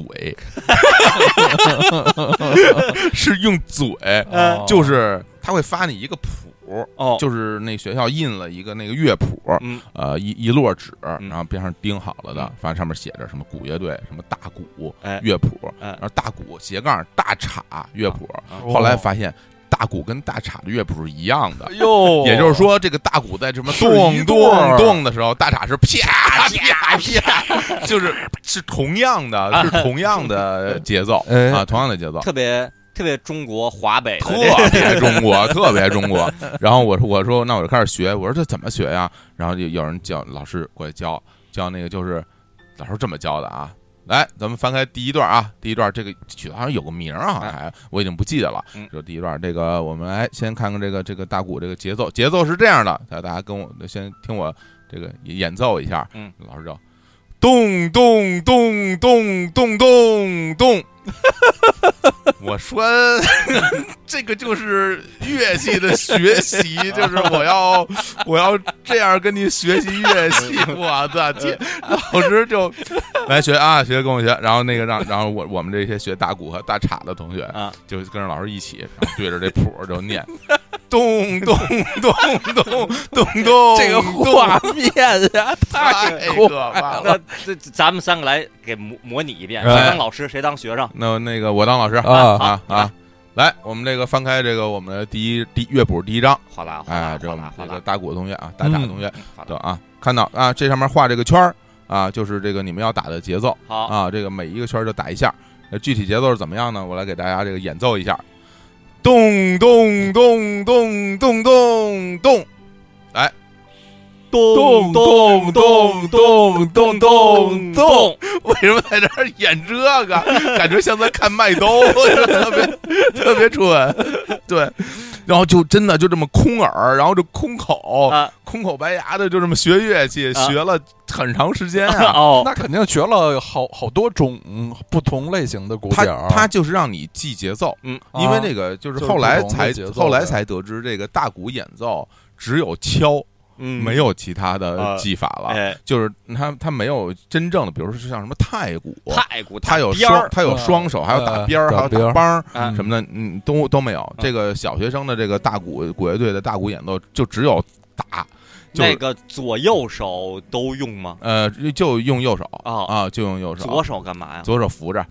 是用嘴， 哦、 就是他会发你一个谱。 哦， 就是那学校印了一个那个乐谱， 嗯， 呃，一一摞纸， 嗯、 然后边上钉好了的， 嗯、 反正上面写着什么鼓乐队，什么大鼓、 哎、 乐谱， 哎、 然后大鼓斜杠大镲乐谱， 啊、 后来发现大鼓跟大镲的乐谱是一样的， 哟， 也就是说，这个大鼓在什么咚咚咚的时候，大镲是啪啪啪，就是是同样的，是同样的节奏啊，同样的节奏， 特别。特别中国华北， 特别中国，特别中国。然后我说我说那我就开始学，我说这怎么学呀？然后就有人教老师过来教教那个就是老师这么教的啊。来，咱们翻开第一段啊，第一段这个曲子好像有个名啊，好像还我已经不记得了。 嗯， 就第一段这个我们来先看看这个这个大鼓这个节奏，节奏是这样的，大家跟我先听我这个演奏一下。 嗯， 老师叫咚咚咚咚咚咚咚。我说这个就是乐器的学习，就是我要我要这样跟你学习乐器。我的天，老师就来学啊，学跟我学，然后那个让然后我我们这些学大鼓和大镲的同学啊， 就跟着老师一起，然后对着这谱就念。咚咚咚咚咚咚， 这个画面呀，太可怕了！ 那这咱们三个来给模模拟一遍，谁当老师，谁当学生？ 那那个我当老师啊啊啊！来，我们这个翻开这个我们的第一第乐谱第一章， 哗啦， 哎，这这个大鼓的同学啊，大镲的同学， 嗯、 对啊，看到啊，这上面画这个圈儿啊，就是这个你们要打的节奏。 好啊，这个每一个圈就打一下。那具体节奏是怎么样呢？我来给大家这个演奏一下。咚咚咚咚咚咚咚，来， 咚咚咚咚咚咚咚。 为什么在这儿演这个？感觉像在看麦兜，特别特别蠢。对，然后就真的就这么空耳，然后就空口， 啊、 空口白牙的就这么学乐器， 啊、 学了很长时间啊。 哦， 那肯定学了好好多种不同类型的鼓点。 他他就是让你记节奏， 嗯， 因为那个就是后来才、 就是、 后来才得知，这个大鼓演奏只有敲。 嗯， 没有其他的技法了， 呃哎、 就是他他没有真正的，比如说像什么太鼓， 太鼓， 他有双，他有双手， 呃、 还有打边儿，还有打帮嗯、 什么的，嗯，都都没有。这个小学生的这个大鼓鼓乐队的大鼓演奏，就只有打。 那个左右手都用吗？ 呃，就用右手啊、 哦、 啊，就用右手。 左手干嘛呀？ 左手扶着。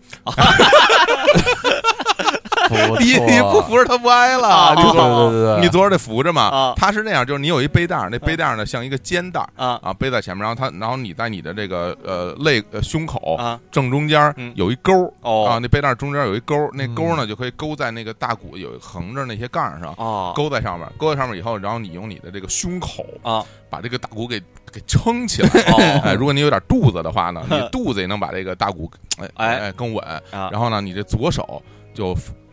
你你不扶着他不挨了， 啊、 你左、 对对对你左手得扶着嘛。 啊、 他是那样，就是你有一背带，那背带呢像一个肩带啊啊，背在前面，然后他然后你在你的这个呃肋呃胸口啊正中间有一钩、 嗯、哦啊，那背带中间有一钩，那钩呢就可以勾在那个大鼓有横着那些杠上哦， 勾在上面，勾在上面以后，然后你用你的这个胸口啊把这个大鼓给给撑起来。 哦， 哎，如果你有点肚子的话呢，你肚子也能把这个大鼓哎哎更稳。 啊、 然后呢，你这左手就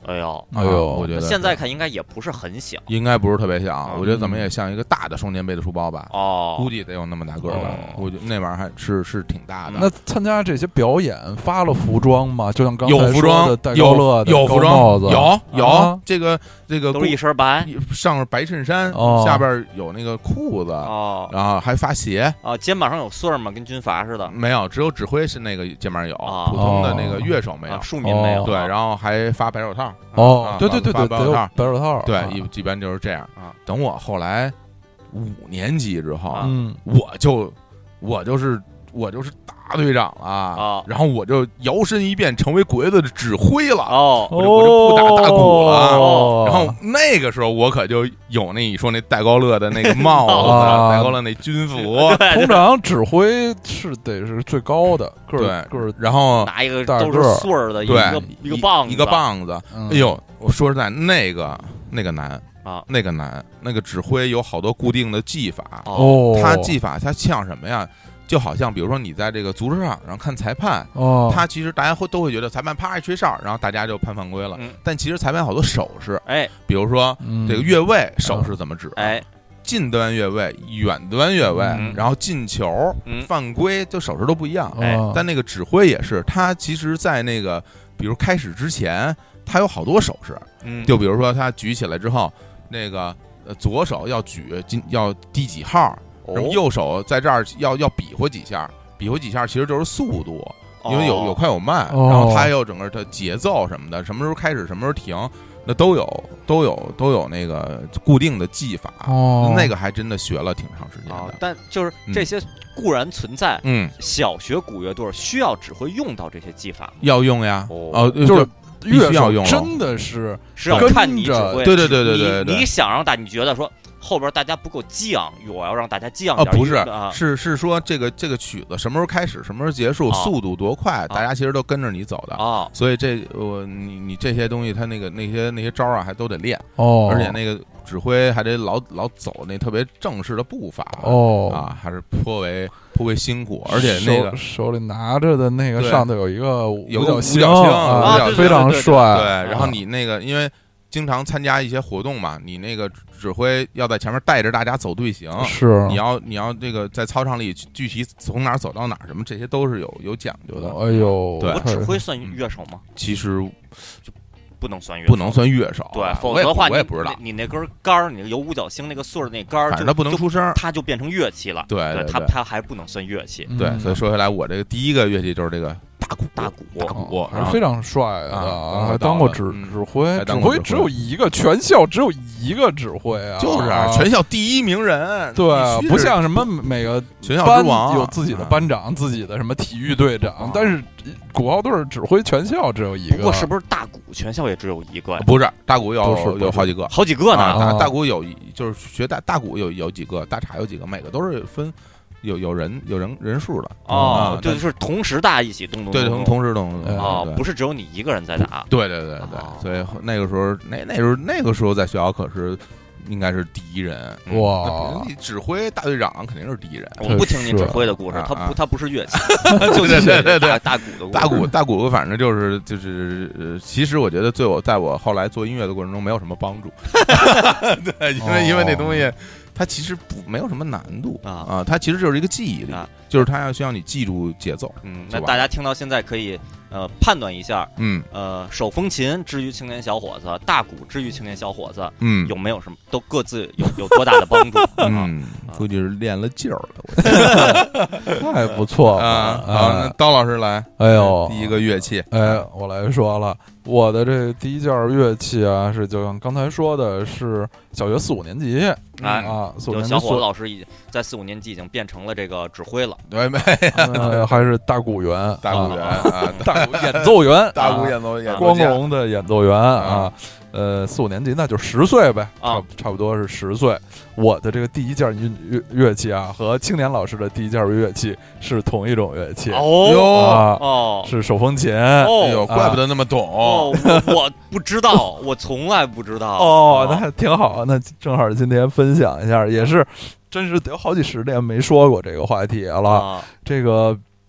哎呦， 哎呦， 我觉得现在看应该也不是很小， 应该不是特别小， 嗯、 我觉得怎么也像一个大的双肩背的书包吧。 哦， 估计得有那么大个儿吧。 哦、 我觉得那玩意儿还是是挺大的。 那参加这些表演发了服装吗？就像刚才有服装， 戴高乐的有服装， 帽子有有、 啊、 这个这个都是一身白， 上面白衬衫， 哦、 下边有那个裤子， 哦， 然后还发鞋。 啊，肩膀上有穗儿吗？跟军阀似的？ 没有，只有指挥是那个肩膀有， 哦、 普通的那个乐手没有， 庶、哦、民没有。 对，然后还发白手套。 哦， 啊、 对对对对， 白手套， 白手套， 对， 啊、 一一般就是这样啊。 等我后来五年级之后， 嗯， 我就我就是我就是大队长了啊， 然后我就摇身一变成为鬼子的指挥了。 哦， 我就我就不打大鼓了。 哦， 然后那个时候我可就有那你说那戴高乐的那个帽子， 啊、 戴高乐那军服。 通常指挥是得是最高的个儿个儿， 然后拿一个都是穗儿的一个一个棒子， 一个棒子。 嗯、 哎呦，我说实在，那个那个难。 啊， 那个难，那个指挥有好多固定的技法。 哦， 他技法他像什么呀？就好像比如说你在这个足球场上看裁判， 哦， 他其实大家会都会觉得裁判啪一吹哨，然后大家就判犯规了。 嗯、 但其实裁判好多手势， 哎， 比如说、 嗯、 这个越位手势怎么指？ 哎， 近端越位、远端越位， 嗯、 然后进球、 嗯、 犯规，就手势都不一样。 哎， 但那个指挥也是，他其实，在那个比如开始之前，他有好多手势。 嗯， 就比如说他举起来之后，那个。呃，左手要举，今要第几号？ 哦、 什么右手在这儿要要比划几下，比划几下其实就是速度，因为有有快有慢， 哦、 然后它还有整个的节奏什么的，什么时候开始，什么时候停，那都有都有都有那个固定的技法。 哦， 那个还真的学了挺长时间的。 哦、但就是这些固然存在， 嗯， 小学鼓乐队需要只会用到这些技法吗？ 要用呀， 哦， 呃、 就是。 必须要用， 真的是是要看你指挥。 对对对对对对，你想让大，你觉得说后边大家不够激昂，我要让大家激昂点。 哦， 不是， 啊、 是是说这个这个曲子什么时候开始，什么时候结束， 哦、 速度多快，大家其实都跟着你走的。 哦， 所以这我你你这些东西，他那个那些那些招啊，还都得练。 哦， 而且那个指挥还得老老走那特别正式的步伐。 哦， 啊，还是颇为。颇为辛苦，而且那个手里拿着的那个上头有一个有个五星， 角星， 啊，非常帅。 对，然后你那个因为经常参加一些活动嘛，你那个指挥要在前面带着大家走队形， 是你要你要这个在操场里具体从哪儿走到哪儿，什么这些都是有有讲究的。 哎呦， 对， 我指挥算乐手吗？ 其实就。不能算乐手，不能算乐手， 对，否则的话我也不知道。 你那根杆儿，你有五角星那个穗儿那杆儿， 反正它不能出声， 它就变成乐器了。 对， 对，它它还不能算乐器。 对，所以说回来，我这个第一个乐器就是这个大鼓， 大鼓， 大鼓， 还是非常帅的，还当过指指挥，指挥只有一个，全校只有一个指挥啊， 就是全校第一名人。 对，不像什么每个全校之王有自己的班长，自己的什么体育队长，但是鼓号队指挥全校只有一个。 不过是不是大鼓全校也只有一个呀？ 不是，大鼓有有好几个， 好几个呢。 大大鼓有就是学大大鼓有有几个，大镲有几个，每个都是分。有有人有人人数的哦，就是同时大家一起动动， 对，同同时动动哦，不是只有你一个人在打， 对对对对，所以那个时候那那时候那个时候在学校可是应该是第一人哇！ 你指挥大队长肯定是第一人。 我不听你指挥的故事，他不他不是乐器， 就是对对对大鼓的大鼓大鼓，反正就是就是其实我觉得对我在我后来做音乐的过程中没有什么帮助，对，因为因为那东西。它其实不没有什么难度啊啊，它其实就是一个记忆力，就是它要需要你记住节奏。 嗯，那大家听到现在可以呃判断一下，嗯呃手风琴之于青年小伙子，大鼓之于青年小伙子，嗯有没有什么都各自有有多大的帮助？ 嗯，估计是练了劲儿了， 太不错啊！好，那刀老师来， 哎呦， 第一个乐器， 哎，我来说了。我的这第一件乐器啊，是就像刚才说的，是小学四五年级， 哎啊，四五年级小伙子老师已经在四五年级已经变成了这个指挥了， 对没？ 呃、还是大鼓员， 大鼓员啊， 大鼓演奏员， 大鼓演奏员， 光荣的演奏员啊。呃，四五年级那就十岁呗， 啊， 差不多是十岁。我的这个第一件乐乐器啊，和青年老师的第一件乐器是同一种乐器哦啊， 哦， 是手风琴。 哦， 哎呦，怪不得那么懂哦，我我不知道，我从来不知道。 哦，那挺好，那正好今天分享一下，也是真是有好几十年没说过这个话题了。 啊、 这个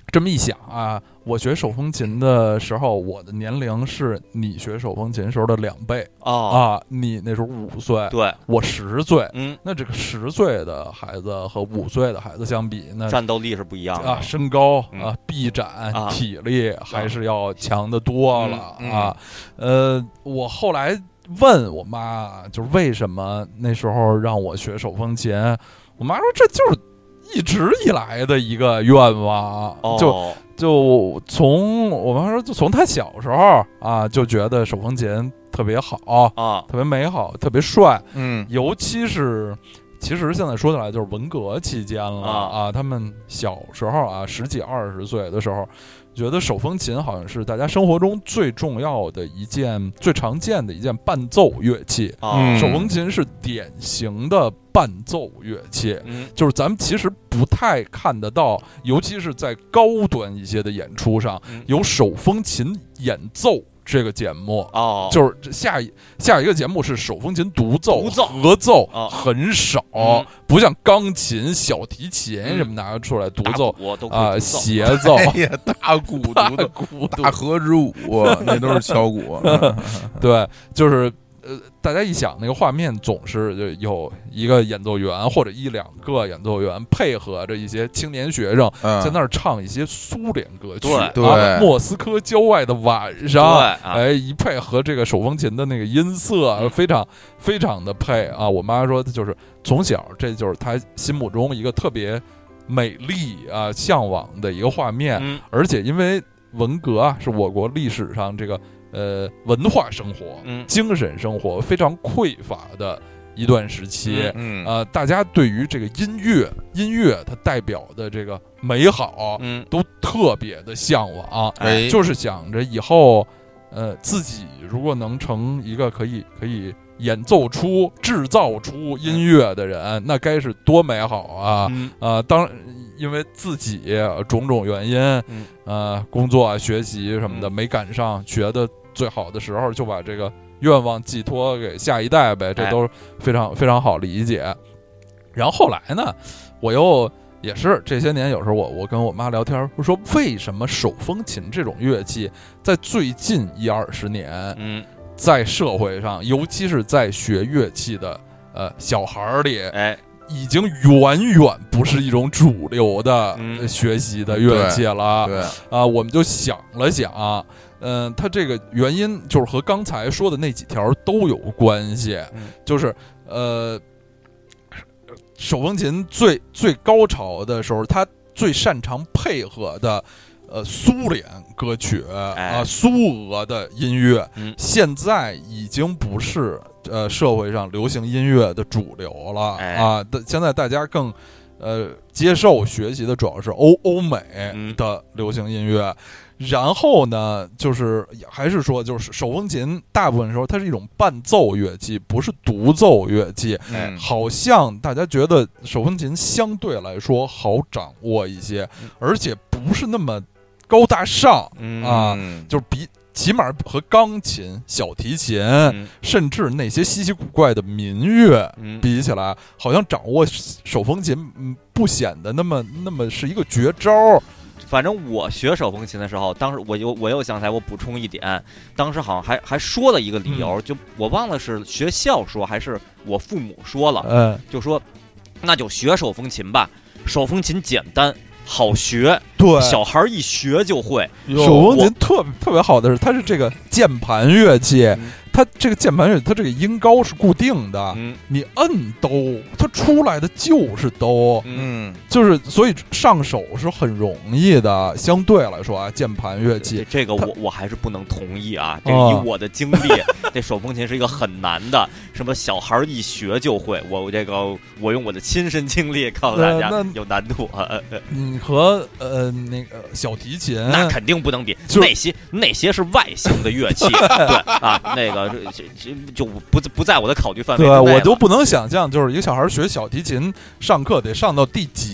这么一想啊，我学手风琴的时候，我的年龄是你学手风琴时候的两倍哦啊！你那时候五岁， 对， 我十岁， 嗯， 那这个十岁的孩子和五岁的孩子相比，那战斗力是不一样的啊，身高、 嗯、 啊、臂展、 啊、 体力还是要强得多了、 嗯嗯、 啊。呃，我后来问我妈，就是为什么那时候让我学手风琴，我妈说这就是一直以来的一个愿望， 哦、 就就从我妈说，就从她小时候啊，就觉得手风琴特别好啊， 特别美好，特别帅， 嗯， 尤其是。其实现在说起来就是文革期间了 啊, 啊，他们小时候啊，十几二十岁的时候，觉得手风琴好像是大家生活中最重要的一件、最常见的一件伴奏乐器。 嗯、 手风琴是典型的伴奏乐器， 嗯， 就是咱们其实不太看得到，尤其是在高端一些的演出上， 嗯、 有手风琴演奏。这个节目哦， 就是下一下一个节目是手风琴独奏、 独奏合奏、 哦、 很少、 嗯， 不像钢琴、小提琴什么拿出来独奏啊、呃，协奏， 哎呀，大鼓独奏、 鼓、 大和之舞，那都是敲鼓。 对，就是。呃，大家一想那个画面，总是就有一个演奏员或者一两个演奏员配合着一些青年学生在那儿唱一些苏联歌曲， 对对、 啊，莫斯科郊外的晚上， 对、啊， 哎，一配合这个手风琴的那个音色， 嗯、 非常非常的配啊！我妈说，就是从小这就是她心目中一个特别美丽啊、向往的一个画面， 嗯、 而且因为文革啊，是我国历史上这个。呃，文化生活、 嗯、 精神生活非常匮乏的一段时期， 嗯， 呃，大家对于这个音乐，音乐它代表的这个美好， 嗯， 都特别的向往， 哎， 就是想着以后，呃，自己如果能成一个可以可以演奏出、制造出音乐的人，那该是多美好啊！ 嗯、 呃，当因为自己种种原因， 嗯、 呃，工作啊、学习什么的、 嗯、 没赶上学的最好的时候，就把这个愿望寄托给下一代呗，这都非常、哎、非常好理解。然后后来呢，我又也是这些年，有时候我我跟我妈聊天，我说为什么手风琴这种乐器在最近一二十年， 嗯， 在社会上，尤其是在学乐器的呃小孩里， 哎。 已经远远不是一种主流的学习的乐器了。 嗯、对, 对啊，我们就想了想，嗯、呃，它这个原因就是和刚才说的那几条都有关系， 嗯、 就是呃，手风琴最最高潮的时候，它最擅长配合的。呃，苏联歌曲啊、 哎呃，苏俄的音乐， 嗯、 现在已经不是呃社会上流行音乐的主流了、 哎、 啊。现在大家更呃接受学习的主要是欧欧美的流行音乐。嗯、然后呢，就是还是说，就是手风琴大部分时候它是一种伴奏乐器，不是独奏乐器。 嗯， 好像大家觉得手风琴相对来说好掌握一些， 嗯、 而且不是那么。高大上、 嗯、 啊，就是比起码和钢琴、小提琴， 嗯、 甚至那些稀奇古怪的民乐、 嗯、 比起来，好像掌握手风琴，嗯，不显得那么那么是一个绝招。 反正我学手风琴的时候，当时我又我又想起来，我补充一点，当时好像还还说了一个理由， 嗯、 就我忘了是学校说还是我父母说了， 嗯， 就说那就学手风琴吧，手风琴简单。好学， 对， 小孩一学就会。 手风琴特别特别好的是，它是这个键盘乐器，嗯、它这个键盘乐器，它这个音高是固定的， 嗯、 你摁哆，它出来的就是哆， 嗯， 就是所以上手是很容易的。相对来说啊，键盘乐器这个我我还是不能同意啊。这个以我的经历，哦、这手风琴是一个很难的，什么小孩一学就会。我这个我用我的亲身经历告诉大家， 呃、 有难度啊。 嗯，和呃那个小提琴那肯定不能比，那些那些是外形的乐器，对啊，那个这这就不不在我的考虑范围之内。 对，我都不能想象，就是一个小孩学小提琴上课得上到第几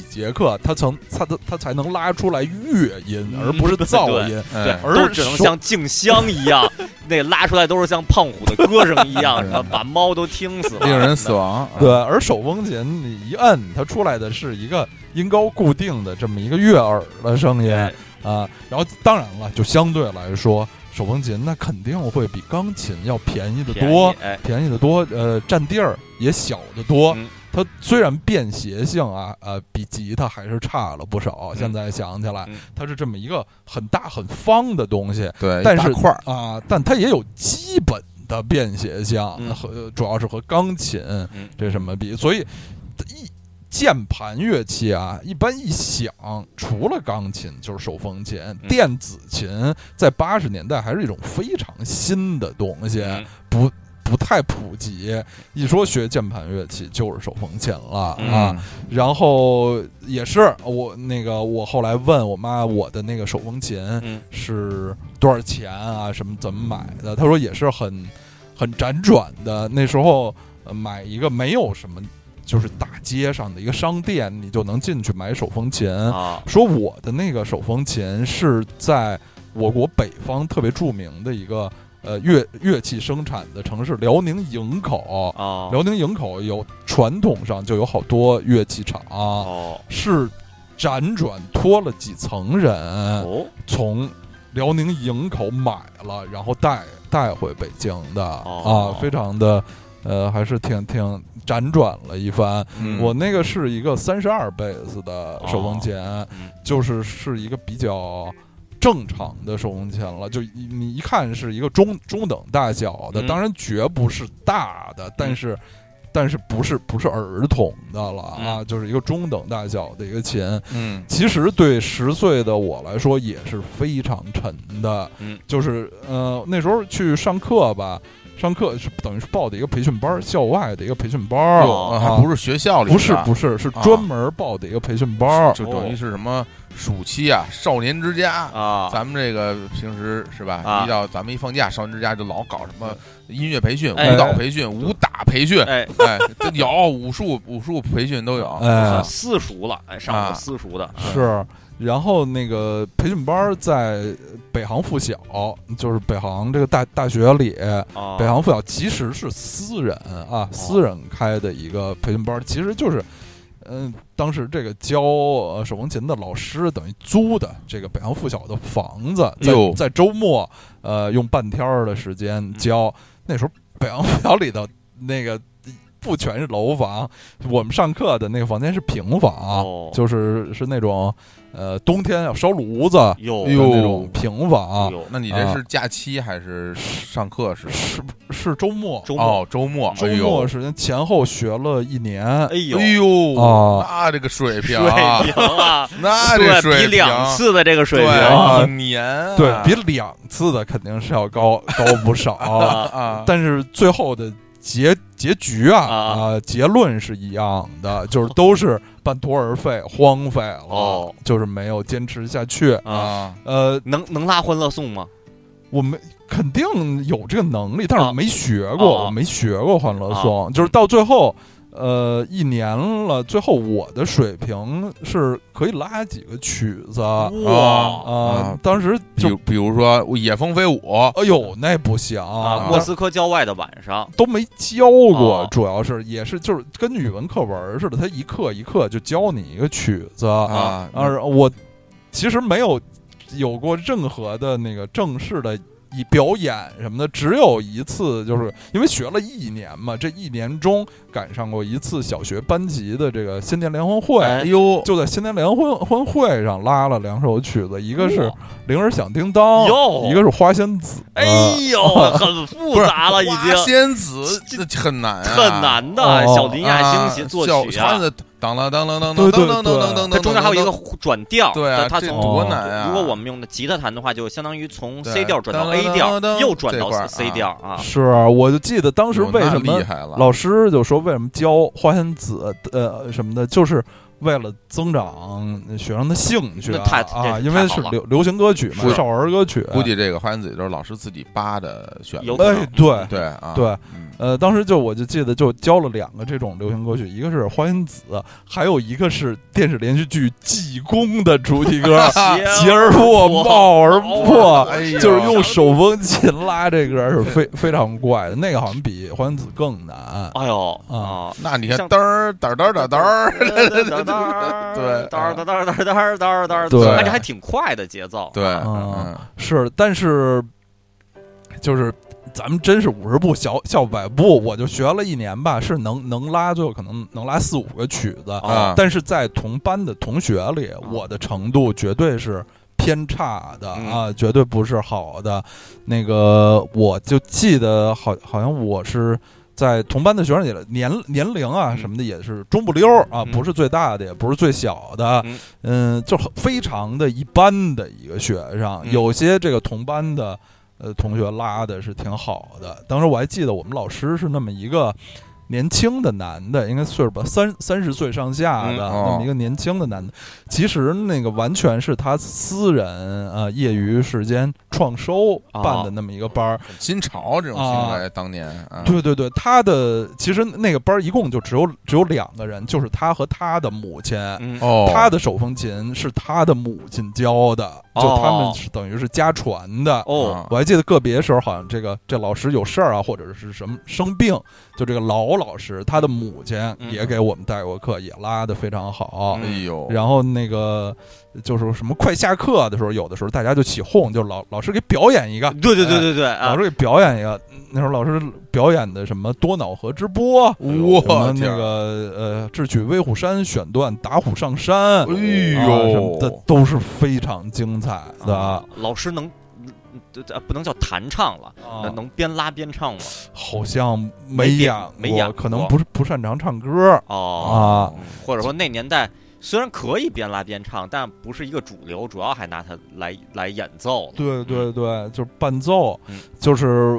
节课，他曾他他他才能拉出来乐音，而不是噪音。 对， 而都只能像静香一样，那拉出来都是像胖虎的歌声一样，什么把猫都听死了， 令人死亡。 对，而手风琴你一摁，它出来的是一个音高固定的这么一个悦耳的声音啊。然后当然了，就相对来说，手风琴那肯定会比钢琴要便宜的多， 便宜,、 便宜的多，呃，占地儿也小得多。 嗯它虽然便携性啊，呃，比吉他还是差了不少。现在想起来， 嗯、 它是这么一个很大很方的东西， 对， 但是块啊、呃，但它也有基本的便携性， 嗯、 和主要是和钢琴、 嗯、 这什么比，所以一键盘乐器啊，一般一响，除了钢琴就是手风琴、 嗯、 电子琴，在八十年代还是一种非常新的东西， 嗯、 不。不太普及，一说学键盘乐器就是手风琴了、 嗯、 啊。然后也是我那个，我后来问我妈，我的那个手风琴是多少钱啊？什么怎么买的？她说也是很很辗转的。那时候、呃、买一个没有什么，就是大街上的一个商店，你就能进去买手风琴。 啊、 说我的那个手风琴是在我国北方特别著名的一个。呃，乐乐器生产的城市辽宁营口， 哦、 辽宁营口有传统上就有好多乐器厂， 哦、 是辗转托了几层人， 哦、 从辽宁营口买了，然后带带回北京的、 哦、 啊，非常的呃，还是挺挺辗转了一番。 嗯、 我那个是一个三十二贝斯的手风琴， 哦、 就是是一个比较。正常的手风琴了，就你一看是一个中中等大小的， 嗯、 当然绝不是大的，但是、嗯、但是不是不是儿童的了啊、 嗯， 就是一个中等大小的一个琴。 嗯， 其实对十岁的我来说也是非常沉的， 嗯， 就是呃那时候去上课吧。上课是等于是报的一个培训班，校外的一个培训班， 哦、还不是学校里的， 不是不是是专门报的一个培训班， 啊、就等于是什么暑期啊，少年之家啊， 咱们这个平时是吧？ 啊、 一到咱们一放假，少年之家就老搞什么音乐培训、 哎、 舞蹈培训、武打培训， 哎哎，有武术武术培训都有， 哎， 私塾了，哎，上过私塾的、 啊、是。然后那个培训班在北航附小，就是北航这个大大学里， 哦、 北航附小其实是私人啊，哦、私人开的一个培训班，其实就是，嗯、呃，当时这个教呃手风琴的老师等于租的这个北航附小的房子，在在周末呃用半天的时间教。嗯、那时候北航附小里头那个。不全是楼房，我们上课的那个房间是平房， 哦、 就是是那种，呃，冬天要烧炉子的那种平房。 那你这是假期还是上课时？ 是是周末？ 周末哦，周末， 周末时间前后学了一年。 哎呦， 哎呦， 啊， 那这个水平， 水平啊， 那这水平比两次的这个水平， 啊、一年、啊， 对比两次的肯定是要高高不少啊。 但是最后的。结结局啊啊、呃，结论是一样的，就是都是半途而废、荒废了， 哦， 就是没有坚持下去啊。 呃， 能能拉欢乐颂吗？ 我们肯定有这个能力，但是我没学过， 啊、 我没学过欢乐颂， 啊、 就是到最后。呃，一年了，最后我的水平是可以拉几个曲子哇啊、呃！当时就比比如说《野蜂飞舞》， 哎呦，那不行啊！莫斯科郊外的晚上都没教过， 哦、 主要是也是就是跟语文课文似的，他一课一课就教你一个曲子啊。 而我其实没有有过任何的那个正式的。以表演什么的，只有一次，就是因为学了一年嘛，这一年中赶上过一次小学班级的这个新年联欢会， 哎呦， 就在新年联欢欢会上拉了两首曲子，一个是《铃儿响叮当》，一个是《花仙子》。 哎呦，很复杂了，已经。 花仙子这很难、啊， 很难的。 哦、 小林亚星写作曲啊。 当啷当啷当当当当当当， 它中间还有一个转调， 对啊， 它从多难啊！ 如果我们用的吉他弹的话，就相当于从 C 调转到 A 调，又转到 C 调啊。 是，我就记得当时为什么老师就说为什么教花仙子呃什么的，就是为了增长学生的兴趣啊，啊，因为是流流行歌曲嘛，少儿歌曲。 估计这个花仙子都是老师自己扒的选的。 哎，对对啊， 对。 呃，当时就我就记得就教了两个这种流行歌曲，一个是花云子，还有一个是电视连续剧《济公》的主题歌邪而破貌而破， 哎、 就是用手风琴拉这歌是非非常怪的，那个好像比花云子更难。 哎呦啊， 那你看嘚儿嘚嘚嘚嘚儿， 对，嘚嘚嘚嘚嘚嘚嘚， 对， 而且还挺快的节奏。 对， 嗯，是，但是就是咱们真是五十步笑笑百步，我就学了一年吧，是能能拉，最后可能能拉四五个曲子， 啊， 但是在同班的同学里，我的程度绝对是偏差的啊，绝对不是好的。那个我就记得好，好像我是在同班的学生里，年年龄啊什么的也是中不溜啊，不是最大的，也不是最小的，嗯，就非常的一般的一个学生。有些这个同班的呃同学拉的是挺好的。当时我还记得我们老师是那么一个年轻的男的，应该岁数吧，三三十岁上下的、嗯哦、那么一个年轻的男的，其实那个完全是他私人呃业余时间创收办的那么一个班儿、哦， 新潮这种行为、啊、当年、啊， 对对对，他的其实那个班一共就只有只有两个人，就是他和他的母亲， 嗯、 他的手风琴是他的母亲教的，就他们是等于是家传的。 哦， 我还记得个别时候好像这个这老师有事儿啊，或者是什么生病，就这个老老师他的母亲也给我们带过课，也拉得非常好。 哎呦， 然后那个就是什么快下课的时候，有的时候大家就起哄，就老老师给表演一个， 对对对对对， 哎、老师给表演一个。那时候老师表演的什么多脑河之波， 哇， 那个呃智取威虎山选段打虎上山， 哎呦、 啊，什么的都是非常精彩的。 啊、老师能。不能叫弹唱了，啊、能边拉边唱吗？ 好像没演过， 没演过， 可能不是不擅长唱歌哦、啊，或者说那年代虽然可以边拉边唱，但不是一个主流，主要还拿它来来演奏。 对对对，嗯、就是伴奏， 嗯、 就是。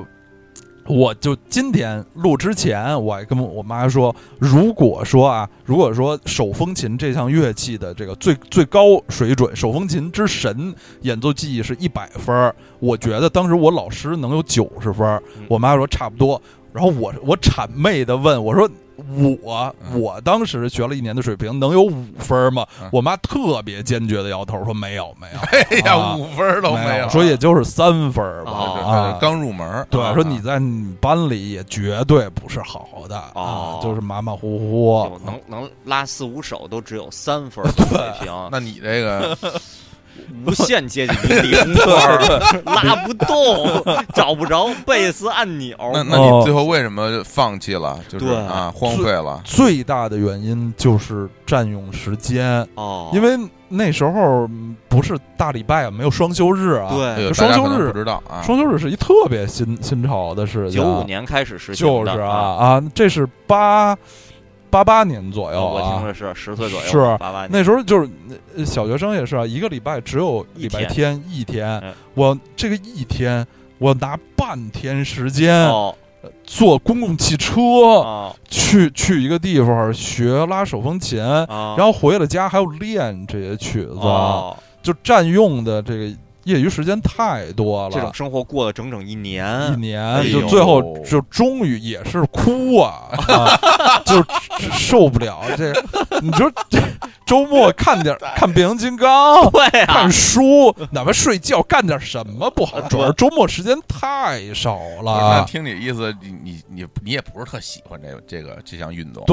我就今天录之前，我还跟我妈说，如果说啊，如果说手风琴这项乐器的这个最最高水准，手风琴之神演奏技艺是一百分，我觉得当时我老师能有九十分，我妈说差不多。然后我我谄媚的问我说，我我当时学了一年的水平能有五分吗？ 嗯、 我妈特别坚决的摇头说没有没有， 哎呀，啊、五分都没有， 说也就是三分吧， 哦、 啊， 刚入门。 对， 啊、 说你在你班里也绝对不是好的、 哦、 啊，就是马马虎虎， 能能拉四五首都只有三分水平。 那你这个。 无限接近于零分，拉不动，找不着贝斯按钮。 那那你最后为什么放弃了？就是啊，荒废了。 最大的原因就是占用时间哦， 因为那时候不是大礼拜啊，没有双休日啊。 对， 双休日不知道啊。 双休日是一特别新新潮的事情。 九五年开始实行的，就是啊啊，这是八。八八年左右、啊， 我听的是十岁左右， 是八八年。 那时候就是小学生也是啊，一个礼拜只有礼拜天一天， 嗯、 我这个一天我拿半天时间、 哦、 坐公共汽车、 哦、 去去一个地方学拉手风琴， 哦、 然后回了家还要练这些曲子， 哦、 就占用的这个。业余时间太多了， 这种生活过了整整一年， 一年就最后就终于也是哭啊，啊就受不了这。你说这周末看点看变形金刚， 对啊， 看书，哪怕睡觉干点什么不好，主要是周末时间太少了。 那听你意思，你你你你也不是特喜欢这个这个这项运动， 对。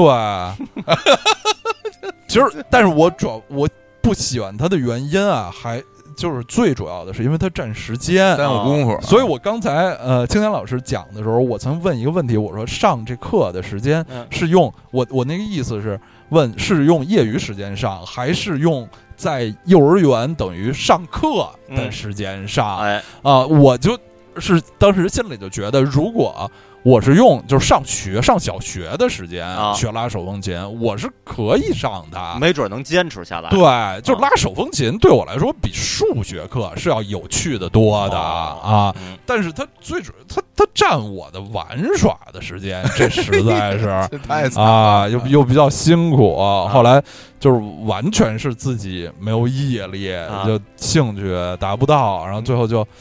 其实，但是我主要我不喜欢它的原因啊，还。就是最主要的是因为它占时间， 耽误功夫、啊。 所以我刚才呃，青年老师讲的时候，我曾问一个问题，我说上这课的时间是用、嗯、我我那个意思是问是用业余时间上，还是用在幼儿园等于上课的时间上？ 哎、 嗯、啊、呃，我就是当时心里就觉得，如果我是用就是上学上小学的时间、啊、学拉手风琴，我是可以上的， 没准能坚持下来。 对，就是拉手风琴对我来说比数学课是要有趣的多的、 哦、 啊、 嗯！ 但是它最主它它占我的玩耍的时间，这实在是太惨啊，又又比较辛苦、啊。后来就是完全是自己没有毅力， 啊、 就兴趣达不到，然后最后就。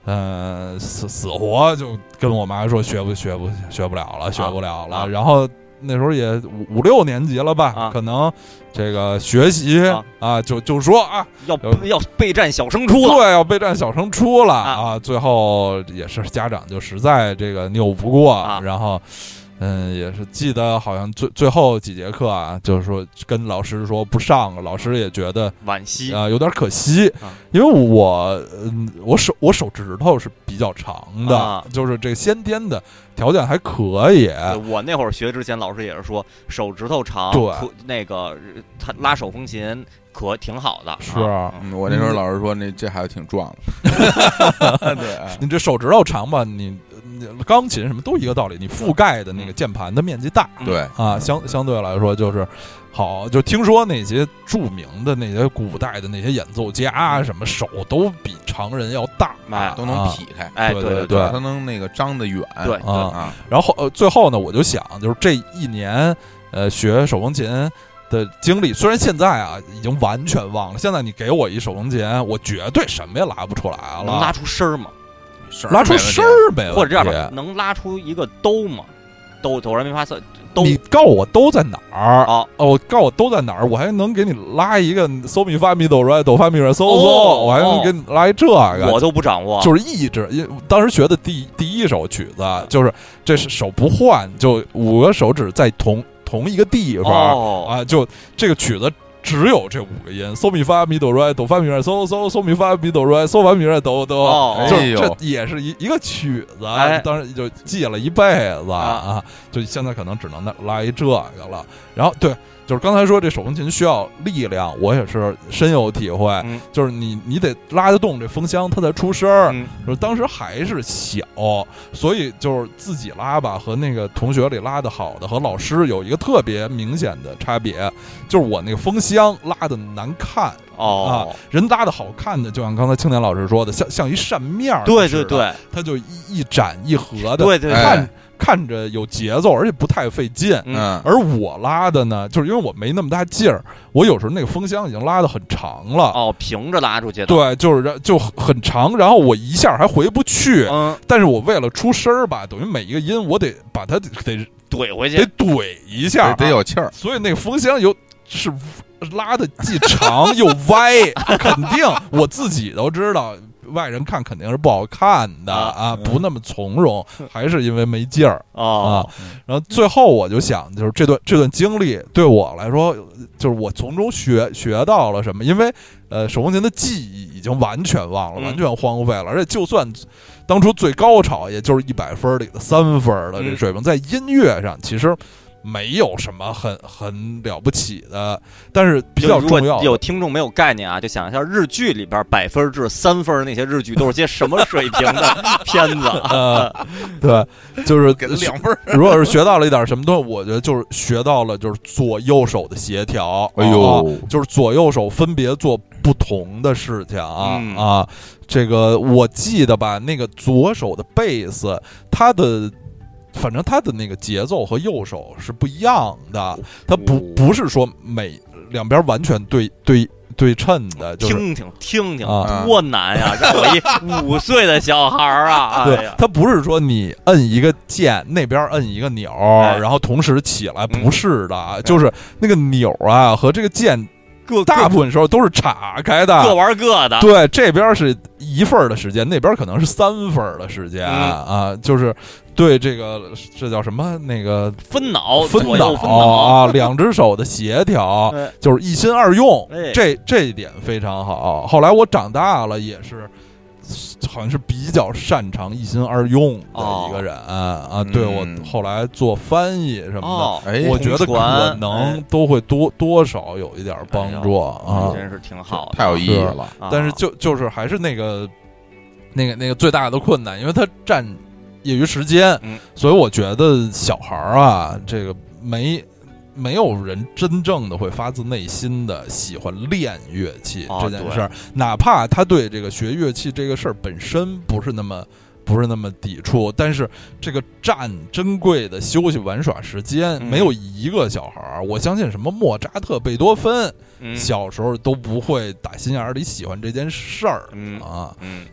呃，死死活就跟我妈说学不学不学不了了，学不了了。 啊、 然后那时候也五五六年级了吧， 啊、 可能这个学习 啊, 啊，就就说啊， 要要备战小升初了， 对，要备战小升初了啊, 啊。最后也是家长就实在这个拗不过， 啊、 然后。嗯，也是记得好像最最后几节课啊，就是说跟老师说不上了，老师也觉得惋惜啊、呃，有点可惜， 啊、 因为我嗯，我手我手指头是比较长的， 啊、 就是这个先天的条件还可以。 我那会儿学之前，老师也是说手指头长， 对， 那个他拉手风琴可挺好的。 是、 啊嗯，我那时候老师说那这孩子挺壮的，对， 你这手指头长吧，你。钢琴什么都一个道理，你覆盖的那个键盘的面积大， 对啊，相相对来说就是好。就听说那些著名的那些古代的那些演奏家，什么手都比常人要大， 哎， 都能劈开， 哎， 对对对， 他能那个张得远， 对啊。然后呃，最后呢，我就想，就是这一年呃学手风琴的经历，虽然现在啊已经完全忘了，现在你给我一手风琴，我绝对什么也拉不出来了， 能拉出声儿吗？ 拉出声儿没问题， 或者这样吧，能拉出一个哆吗？哆哆来咪发嗦哆。 你告我都在哪儿啊？ 哦，我告我都在哪儿，我还能给你拉一个嗦咪发咪哆来哆发咪来嗦嗦，我还能给你拉一这个， 我都不掌握， 就是意志。因为当时学的第第一首曲子，就是这是手不换，就五个手指在同同一个地方、 哦、 啊，就这个曲子。只有这五个音，嗦咪发咪哆来哆发咪来嗦嗦嗦咪发咪哆来嗦发咪来哆哆， 哦、 就是这也是一一个曲子， 哎、 当时就记了一辈子啊, 啊，就现在可能只能拉一这个了。然后对，就是刚才说这手风琴需要力量，我也是深有体会， 嗯、 就是你你得拉得动这风箱，它才出声儿。 嗯、 就是当时还是小，所以就是自己拉吧，和那个同学里拉的好的和老师有一个特别明显的差别，就是我那个风箱拉的难看哦、 啊，人拉的好看的，就像刚才青年老师说的，像像一扇面， 对对对， 它就一一展一合的， 对对对， 看看着有节奏，而且不太费劲。 嗯， 而我拉的呢，就是因为我没那么大劲儿，我有时候那个风箱已经拉得很长了， 哦，平着拉出去的， 对，就是就很长，然后我一下还回不去， 嗯， 但是我为了出声儿吧，等于每一个音我得把它得怼回去， 得怼一下， 得有气儿， 所以那个风箱有是拉的既长又歪，肯定我自己都知道。外人看肯定是不好看的啊，不那么从容，还是因为没劲儿啊。然后最后我就想，就是这段这段经历对我来说，就是我从中学学到了什么？因为呃，手风琴的记忆已经完全忘了，完全荒废了，而且就算当初最高潮，也就是一百分里的三分的这水平，在音乐上其实。没有什么很很了不起的，但是比较重要的。 有听众没有概念啊，就想一下日剧里边百分至三分那些日剧都是些什么水平的片子啊？对，就是给了两分。 如果是学到了一点什么东西，我觉得就是学到了就是左右手的协调。 哎呦、 啊，就是左右手分别做不同的事情啊、 嗯、 啊！这个我记得吧，那个左手的贝斯，它的。反正他的那个节奏和右手是不一样的，他不不是说每两边完全对对对称的。就是、 听听听听、 啊， 多难呀！让我一五岁的小孩啊， 对、 哎呀， 他不是说你摁一个键，那边摁一个钮、哎，然后同时起来，不是的，嗯、就是那个钮啊和这个键。 各大部分时候都是岔开的， 各玩各的。 对，这边是一份的时间，那边可能是三份的时间、 嗯、 啊，就是对这个这叫什么那个分脑分脑啊，两只手的协调，就是一心二用， 哎、 这这一点非常好。后来我长大了也是。好像是比较擅长一心二用的一个人、哦、啊，对、嗯、我后来做翻译什么的， 哦哎、我觉得可能都会多多少有一点帮助、哎、啊， 真是挺好的， 太有意义了。 但是就就是还是那个那个那个最大的困难，因为它占业余时间、 嗯， 所以我觉得小孩啊，这个没。没有人真正的会发自内心的喜欢练乐器、 哦、 这件事儿，哪怕他对这个学乐器这个事儿本身不是那么不是那么抵触，但是这个占珍贵的休息玩耍时间， 嗯、 没有一个小孩儿，我相信什么莫扎特、贝多芬、 嗯， 小时候都不会打心眼里喜欢这件事儿、 嗯、 啊。 嗯，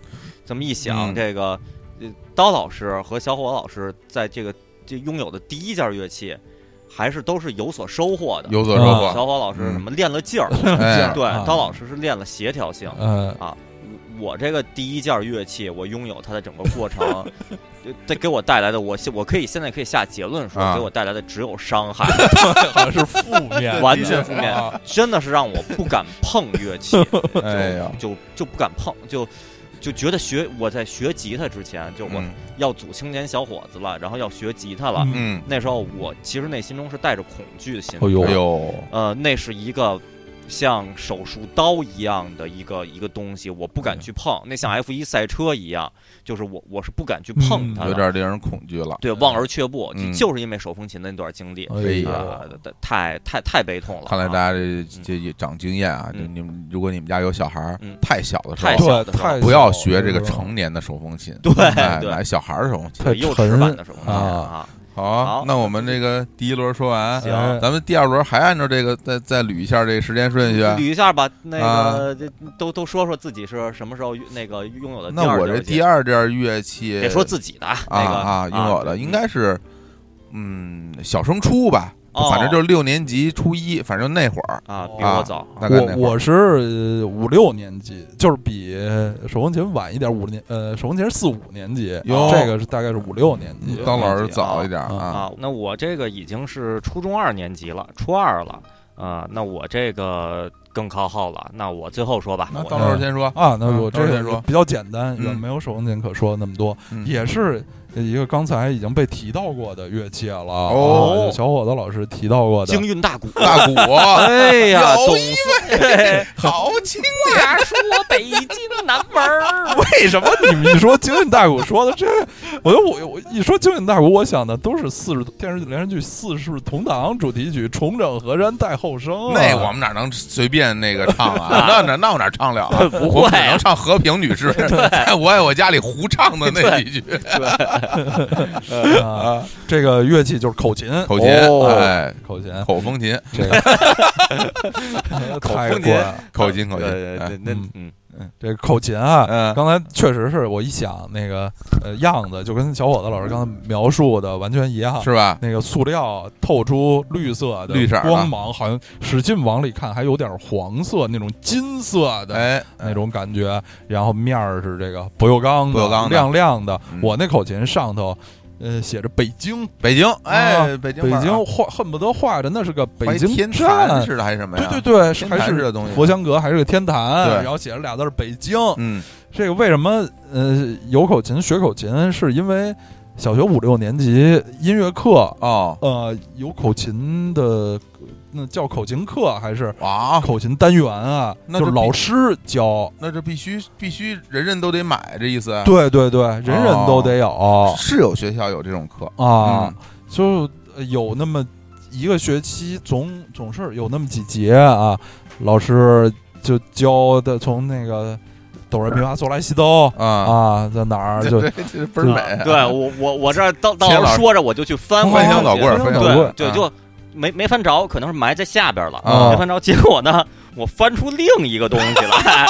这么一想， 嗯、 这个呃刀老师和小伙老师在这个这拥有的第一件乐器。还是都是有所收获的， 有所收获。 小伙老师什么练了劲儿， 嗯、 对，刀老师是练了协调性， 嗯啊，我这个第一件乐器，我拥有它的整个过程，这给我带来的，我我可以现在可以下结论说， 啊、 给我带来的只有伤害， 好像是负面， 完全负面，真的是让我不敢碰乐器， 哎呀， 就就就不敢碰，就。就觉得学我在学吉他之前，就我要组青年小伙子了，然后要学吉他了。 嗯， 那时候我其实内心中是带着恐惧的心。 哎呦， 哎呦， 呃，那是一个像手术刀一样的一个一个东西，我不敢去碰。那像 F 一 赛车一样，就是我我是不敢去碰它的， 有点令人恐惧了。 对，望而却步， 嗯、 就是因为手风琴的那段经历， 哎呀、 呃，太太太悲痛了。 看来大家这这也长经验啊！就你们，如果你们家有小孩， 嗯、 太小的时候， 太小的时候不要学这个成年的手风琴， 对对，买小孩的手风琴， 对，幼稚版的手风琴啊。 好， 好那我们这个第一轮说完， 行， 咱们第二轮还按照这个再再捋一下这个时间顺序， 捋一下吧。那个、 啊、 都都说说自己是什么时候那个拥有的第二。那我这第二件乐器， 得说自己的那个啊啊，拥有的应该是嗯小升初吧。 哦、 反正就是六年级初一，反正那会儿啊，比我早。 大概我我是五六年级，就是比手风琴晚一点，五年呃，手风琴是四五年级，这个是大概是五六年级。 刀老师早一点啊。啊，那我这个已经是初中二年级了，初二了啊。那我这个更靠后了。那我最后说吧。 那刀老师先说啊。那我这个比较简单， 嗯、 远没有手风琴可说那么多， 嗯、 也是。一个刚才已经被提到过的乐器了哦， 啊、小伙子老师提到过的京韵大鼓， 大鼓， 哎呀， 有一位好青年说北京南门， 为什么你们一说京韵大鼓说的这，我我我一说京韵大鼓，我想的都是四十电视连续剧《四世同堂》主题曲《重整河山待后生》啊， 那我们哪能随便那个唱啊？那哪那我哪唱了、啊？ 不会、啊， 我只能唱和平女士在我爱我家里胡唱的那几句。 对啊，这个乐器就是口琴， 口琴， 哦、 哎， 口琴， 口风琴， 这个口风琴， 口琴，口琴， 对对对，那嗯。 嗯，这个口琴啊， 嗯， 刚才确实是我一想那个呃样子，就跟小伙子老师刚才描述的完全一样， 是吧？ 那个塑料透出绿色的绿色光芒，好像使劲往里看还有点黄色那种金色的哎那种感觉，然后面儿是这个不锈钢的， 不锈钢亮亮的。 嗯、 我那口琴上头。呃，写着北京， 北京，哎， 啊、 北京， 北京画恨不得画着那是个北京天坛似的，还是什么呀？ 对对对，还是这东西， 佛香阁，还是个天坛， 对， 然后写着俩字北京。 嗯， 这个为什么呃有口琴学口琴，是因为小学五六年级音乐课哦， 呃有口琴的。那叫口琴课还是啊？ 口琴单元啊？ 那就是老师教， 那这必须必须人人都得买，这意思？ 对对对，人人都得有。 哦、是有学校有这种课啊， 嗯、 就有那么一个学期总总是有那么几节啊，老师就教的从那个。哆来咪发嗦来西哆啊啊，在哪儿就这这倍儿美、啊。 对我我我这到到说着我就去翻翻箱倒柜，翻箱倒柜， 对，就没没翻着，可能是埋在下边了， 啊、 没翻着。结果呢，我翻出另一个东西来。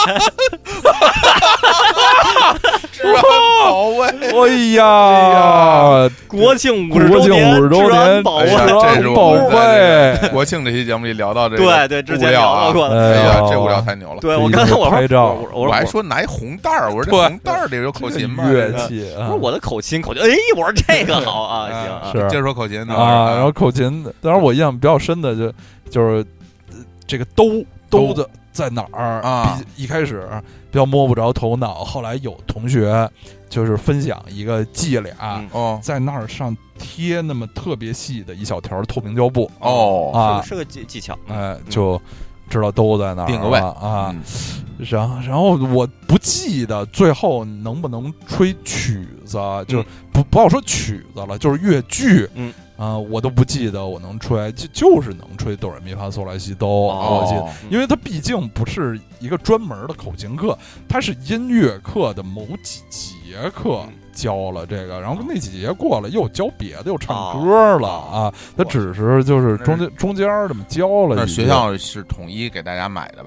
保卫！ 哎呀， 国庆五十周年， 五十周年保卫， 这是保卫。 国庆这期节目里聊到这个， 对对，之前聊到过的。哎呀，这物料太牛了。 对我刚才我拍照， 我还说拿一红袋儿，我说这红袋儿里有口琴吗？ 乐器， 不是我的口琴，口琴。哎，我说这个好啊，行， 是接着说口琴啊。然后口琴，当然我印象比较深的就就是这个兜兜子在哪儿啊？ 一开始比较摸不着头脑，后来有同学就是分享一个伎俩， 哦， 在那儿上贴那么特别细的一小条透明胶布， 哦啊， 是个技技巧， 哎，就知道兜在哪儿， 定个位啊。然后，然后我不记得最后能不能吹曲子，就是不不要说曲子了，就是乐句， 嗯啊，我都不记得我能吹，就就是能吹哆来咪发嗦来西哆，我记得，因为它毕竟不是一个专门的口琴课，它是音乐课的某几节课教了这个，然后那几节过了又教别的，又唱歌了啊，它只是就是中间中间这么教了。 那学校是统一给大家买的吧？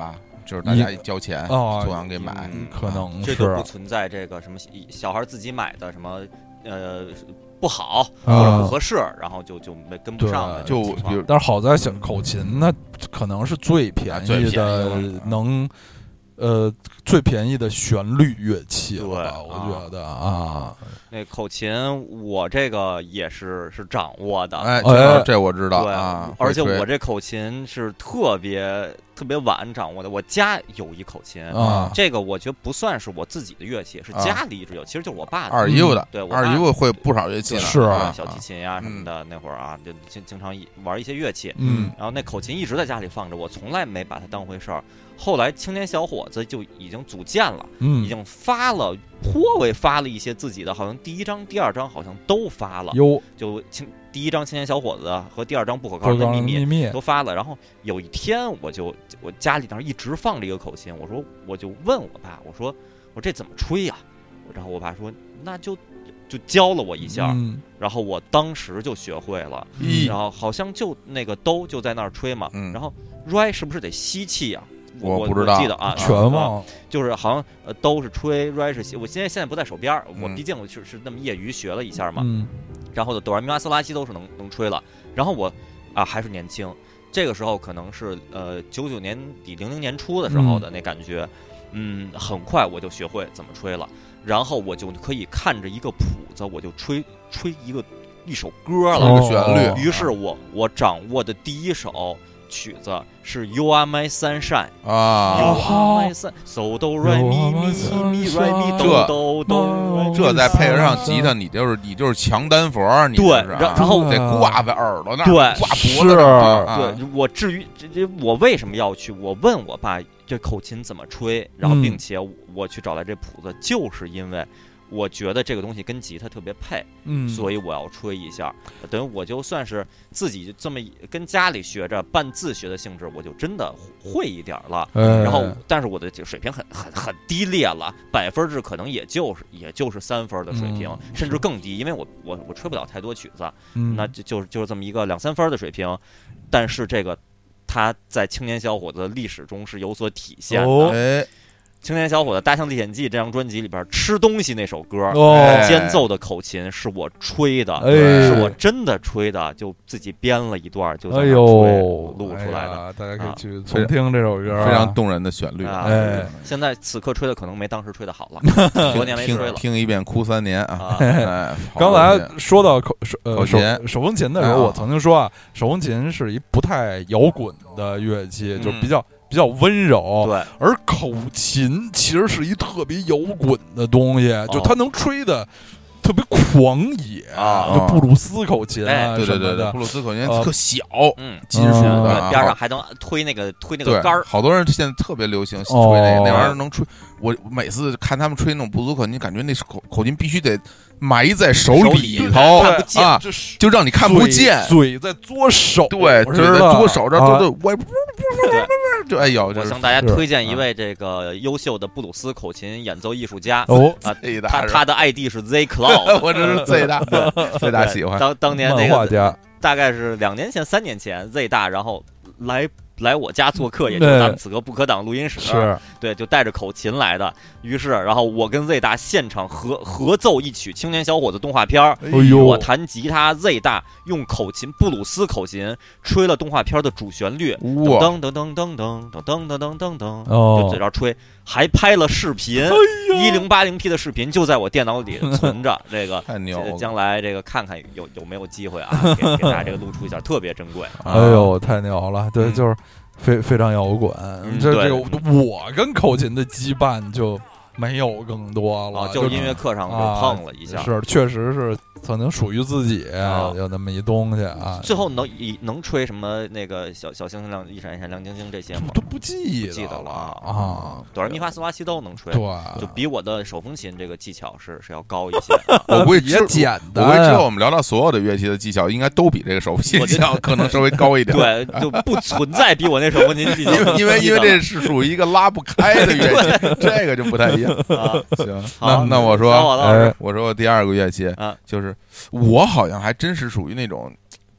就是大家交钱啊， 同样给买， 嗯可能这是就不存在这个什么小孩自己买的什么呃不好或啊者不合适，然后就就没跟不上的就情况比如但是好在小口琴那可能是最便啊最便宜的， 宜了能呃最便宜的旋律乐器了吧？ 对我觉得啊， 那口琴我这个也是是掌握的， 哎， 哎这这我知道对啊， 而且会吹我这口琴是特别特别晚掌握的，我家有一口琴啊这个我觉得不算是我自己的乐器，是家里一直有，其实就是我爸的二姨夫的， 对我爸二姨夫会不少乐器呢， 是啊小提琴呀什么的，那会儿啊就经经常玩一些乐器， 嗯然后那口琴一直在家里放着，我从来没把它当回事儿。后来青年小伙子就已经组建了，已嗯， 经发了颇为发了一些自己的，好像第一章、第二章好像都发了， 有就青第一章青年小伙子和第二章不可告人的秘密秘密都发了。然后有一天我就我家里那儿一直放着一个口琴，我说我就问我爸，我说我这怎么吹呀、然后我爸说那就就教了我一下， 嗯然后我当时就学会了， 咦然后好像就那个兜就在那儿吹嘛， 嗯然后 r 是不是得吸气啊？我我不知道我记得啊， 全啊忘了， 就是好像呃都是吹 r 是吸，我现在现在不在手边儿，我嗯毕竟我是是那么业余学了一下嘛， 嗯然后的哆来咪发嗦拉西都是能能吹了，然后我啊还是年轻，这个时候可能是呃九九年底零零年初的时候的那感觉，嗯，很快我就学会怎么吹了，然后我就可以看着一个谱子，我就吹吹一个一首歌了， 一个旋律哦于是我我掌握的第一首曲子是 You Are My Sunshine。You 啊， are my sun, so do re mi mi mi re mi 这 do do do re mi 这再配合上吉他，你就是你就是强单佛，你对就是啊然然后得挂在耳朵那儿， 对挂脖子上啊， 对，我至于这这我为什么要去？我问我爸这口琴怎么吹，然后嗯并且我去找来这谱子，就是因为我觉得这个东西跟吉他特别配， 嗯， 所以我要吹一下。等于我就算是自己这么跟家里学着半自学的性质，我就真的会一点了。 呃然后，但是我的水平很很很低劣了，百分制可能也就是也就是三分的水平， 嗯甚至更低，因为我我我吹不了太多曲子， 嗯那就就是就是这么一个两三分的水平。但是这个他在青年小伙子的历史中是有所体现的。 哦哎， 青年小伙子《大象历险记》这张专辑里边，吃东西那首歌， 哦间奏的口琴是我吹的， 哎是我真的吹的，就自己编了一段，就在那哎吹、 呦录出来的。 哎呀大家可以啊去重听这首歌啊， 非常动人的旋律， 啊哎现在此刻吹的可能没当时吹的好了，多年没吹了。 听听一遍哭三年啊！ 啊哎， 刚才说到口手呃手口琴手风琴的时候， 哎呀我曾经说啊，手风琴是一不太摇滚的乐器，就比较比较温柔。 对， 而口琴其实是一特别摇滚的东西，就它能吹的特别狂野啊就布鲁斯口琴哎啊对对对对， 什么的布。鲁斯口琴呃特小， 嗯， 金属的对， 啊， 边上还能推那个推那对个杆儿， 好多人现在特别流行吹哦那个，那玩意儿能吹。我每次看他们吹那种布鲁斯口琴，感觉那口口琴必须得埋在手手里里头看不见啊， 这是就让你看不见。 嘴在嘬手， 对， 我嘴在知道左手这啊都都我就哎呦， 我这是向大家是推荐一位这个优秀的布鲁斯口琴演奏艺术家哦， 啊， 最大是吧， 他他的 I D 是 Z Cloud， 我这是最大最大喜欢。 当当年那个漫画家， 大概是两年前、三年前 Z 大，然后来来我家做客，也就对是咱们此刻不可挡录音室， 是对，就带着口琴来的。于是，然后我跟 Z 大现场合合奏一曲《青年小伙子》动画片儿。 哎呦我弹吉他，Z 大用口琴布鲁斯口琴吹了动画片的主旋律， 哇， 噔噔噔噔噔噔噔噔噔噔噔， 哦就在这儿吹，还拍了视频， 哎一零八零 P 的视频就在我电脑里存着。这个太牛了！ 将来这个看看有有没有机会啊，给给大家这个露出一下，特别珍贵。 啊哎呦，太牛了！对， 嗯就是非非常摇滚。这对这个我跟口琴的羁绊就没有更多了， 啊，就是音乐课上就碰了一下。 是，确实是曾经属于自己啊有那么一东西啊， 最后能以能吹什么那个小小星星亮一闪一闪亮晶晶这些吗？ 都不记不记得了啊。 哆来咪发嗦拉西都能吹， 对， 就比我的手风琴这个技巧是是要高一些。 我估计之也简我估计之后单。 我们聊到所有的乐器的技巧，应该都比这个手风琴我觉技巧可能稍微高一点。 对，就不存在比我那手风琴技巧因为因为因为这是属于一个拉不开的乐器，这个就不太一样。 啊。 行， 好那那我小说， 伙子老师哎， 我说我第二个乐器啊， 就是我好像还真是属于那种。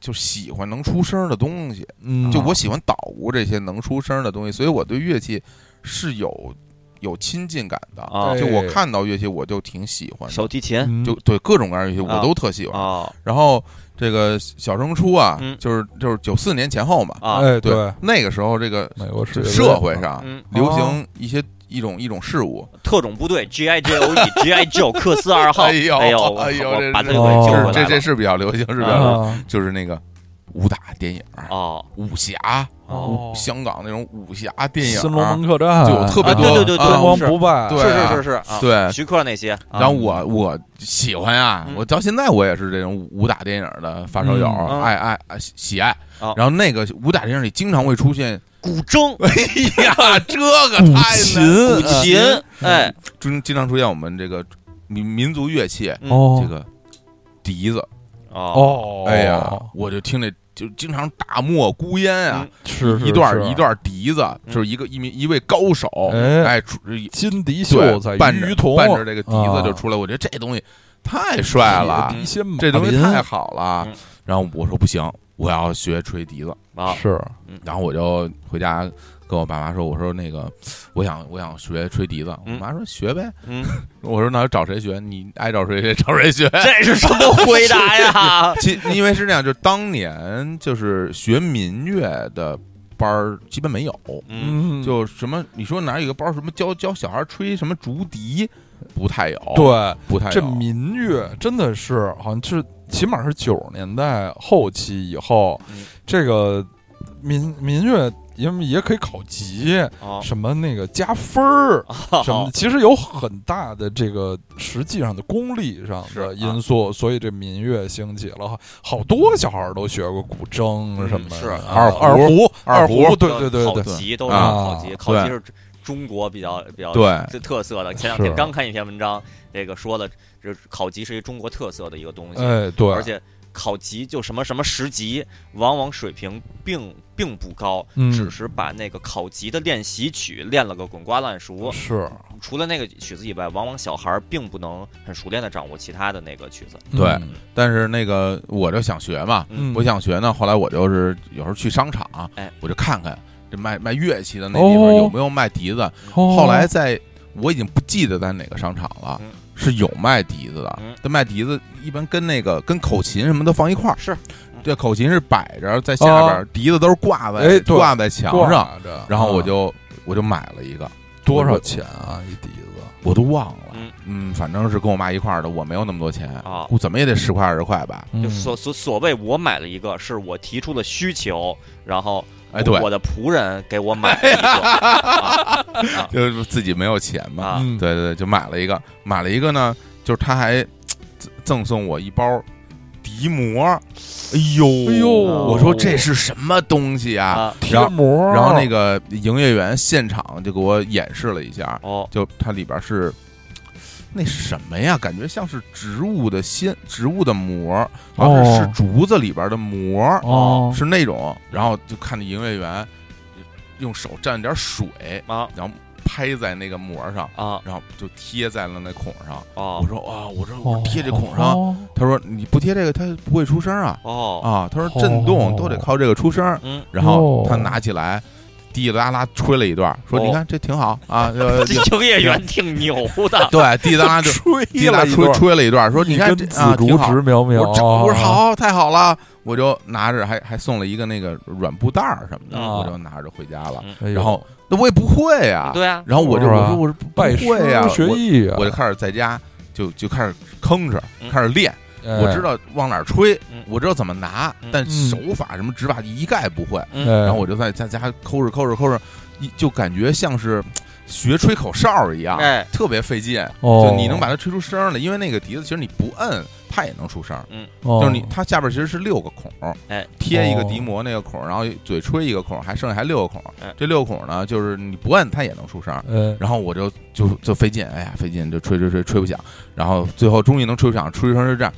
就喜欢能出声的东西， 嗯， 就我喜欢捣鼓这些能出声的东西，所以我对乐器是有有亲近感的。 啊就我看到乐器我就挺喜欢的， 小提琴嗯就对各种各样的乐器我都特喜欢。 啊然后这个小升初啊， 嗯就是就是九四年前后嘛， 啊， 哎， 对，那个时候这个美国这世界社会上嗯流行一些一种一种事物， 特种部队 G I Joe G I Joe 克斯二号， 哎呦哎呦， 哎呦这我把他是哦给救回来了。 这这是比较流行，是比较流行， 啊， 就是那个武打电影、 哦武侠， 哦香港那种武侠电影， 新龙门客栈就有特别啊多， 对对对对啊东方不败， 对是啊是是是啊， 对徐克那些，啊然后我我喜欢呀， 嗯我到现在我也是这种武打电影的发烧友， 嗯爱爱爱喜爱啊。 然后那个武打电影里经常会出现， 古筝、 哎呀，这个古太琴难古琴，哎， 经经常出现我们这个民民族乐器， 嗯哦这个笛子。 哦， 哦， 哎呀，我就听那就经常大漠孤烟啊， 是一段是一段笛子，就是一个一名一位高手， 哎哎，出金笛对秀才伴着于童， 伴着这个笛子就啊出来，我觉得这东西太帅了， 铁笛仙马这东西林太好了嗯。 然后我说不行，我要学吹笛子。 啊， 是然后我就回家跟我爸妈说，我说那个我想我想学吹笛子。我嗯妈说学呗。 嗯， 我说那找谁学？你爱找谁谁找谁学。 这是什么回答呀？ 其因为是这样，就是当年就是学民乐的班儿基本没有， 嗯， 嗯， 就什么你说哪有一个班儿什么教教小孩吹什么竹笛，不太有， 对， 不太有。 这民乐真的是好像是起码是九十年代后期以后， 嗯这个民民乐因为也可以考级， 哦什么那个加分儿。什么的， 哦其实有很大的这个实际上的功利上是的因素，所以这民乐兴起了，好多小孩儿都学过古筝什么的， 嗯是啊二胡二胡， 二胡胡，对对对对， 考级都是啊考级，考级是中国比较比较对最特色的。前两是天刚看一篇文章，这个说了，这考级是一中国特色的一个东西， 哎对， 而且考级就什么什么十级，往往水平并并不高， 嗯只是把那个考级的练习曲练了个滚瓜烂熟。 是除了那个曲子以外，往往小孩儿并不能很熟练的掌握其他的那个曲子。 对嗯但是那个我就想学嘛， 嗯我想学呢。后来我就是有时候去商场， 哎我就看看这卖卖乐器的那地方有没有卖笛子。 哦后来在我已经不记得在哪个商场了， 嗯是有卖笛子的嗯。 但卖笛子一般跟那个跟口琴什么都放一块儿。 是， 这口琴是摆着在下边， 哦笛子都是挂在哎对挂在墙上。 挂着， 然后我啊就我就买了一个， 多少钱啊？一笛子我都忘了。 嗯嗯，反正是跟我妈一块儿的，我没有那么多钱啊估怎么也得十块二十块吧。 嗯就所所所谓我买了一个，是我提出了需求，然后哎，对， 我的仆人给我买了一个，啊啊就是自己没有钱嘛。 啊嗯对对对，就买了一个，买了一个呢，就是他还赠赠送我一包笛膜。哎呦哎呦我说这是什么东西啊？ 啊贴膜， 然后那个营业员现场就给我演示了一下， 哦就它里边是那什么呀？感觉像是植物的纤，植物的膜，好像是哦是竹子里边的膜， 哦是那种。然后就看那营业员用手蘸点水， 啊然后拍在那个膜上， 啊然后就贴在了那孔上。 哦我说哇，我说我贴这孔上， 哦他说你不贴这个，它不会出声啊哦啊！他说震动都得靠这个出声。 嗯， 然后哦他拿起来，滴啦啦吹了一段，说哦你看这挺好啊，呃这营业员挺牛的， 对，滴啦啦就吹滴啦了一段吹吹了一段，说你看这一根紫啊挺好。 竹直苗苗， 我这我说好，太好了，我就拿着，还还送了一个那个软布袋儿什么的， 啊我就拿着回家了。 哎呦然后那我也不会呀， 对啊， 然后我就是是吧我说我说不拜不会呀， 师学我艺啊， 我就开始在家就就开始吭哧， 嗯开始练。 哎我知道往哪儿吹嗯， 我知道怎么拿嗯， 但手法什么指法一概不会。 嗯哎然后我就在在家抠着抠着抠着，一就感觉像是学吹口哨一样， 哎特别费劲。 哦就你能把它吹出声来，因为那个笛子其实你不摁它也能出声。 哦就是你它下边其实是六个孔， 哎， 贴一个笛膜那个孔，然后嘴吹一个孔，还剩下还六个孔哎。 这六个孔呢，就是你不摁它也能出声。 哎然后我就就就费劲，哎呀费劲，就吹吹吹吹不响，然后最后终于能吹响，吹出声是这样，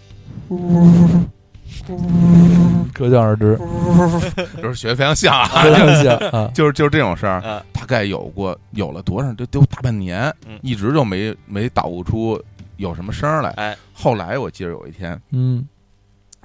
可想而知， 就是学得非常像啊， 非常像啊， 就是就是这种声儿， 呃大概有过有了多少，得得有大半年嗯， 一直就没没捣鼓出有什么声儿来。 哎后来我记得有一天， 嗯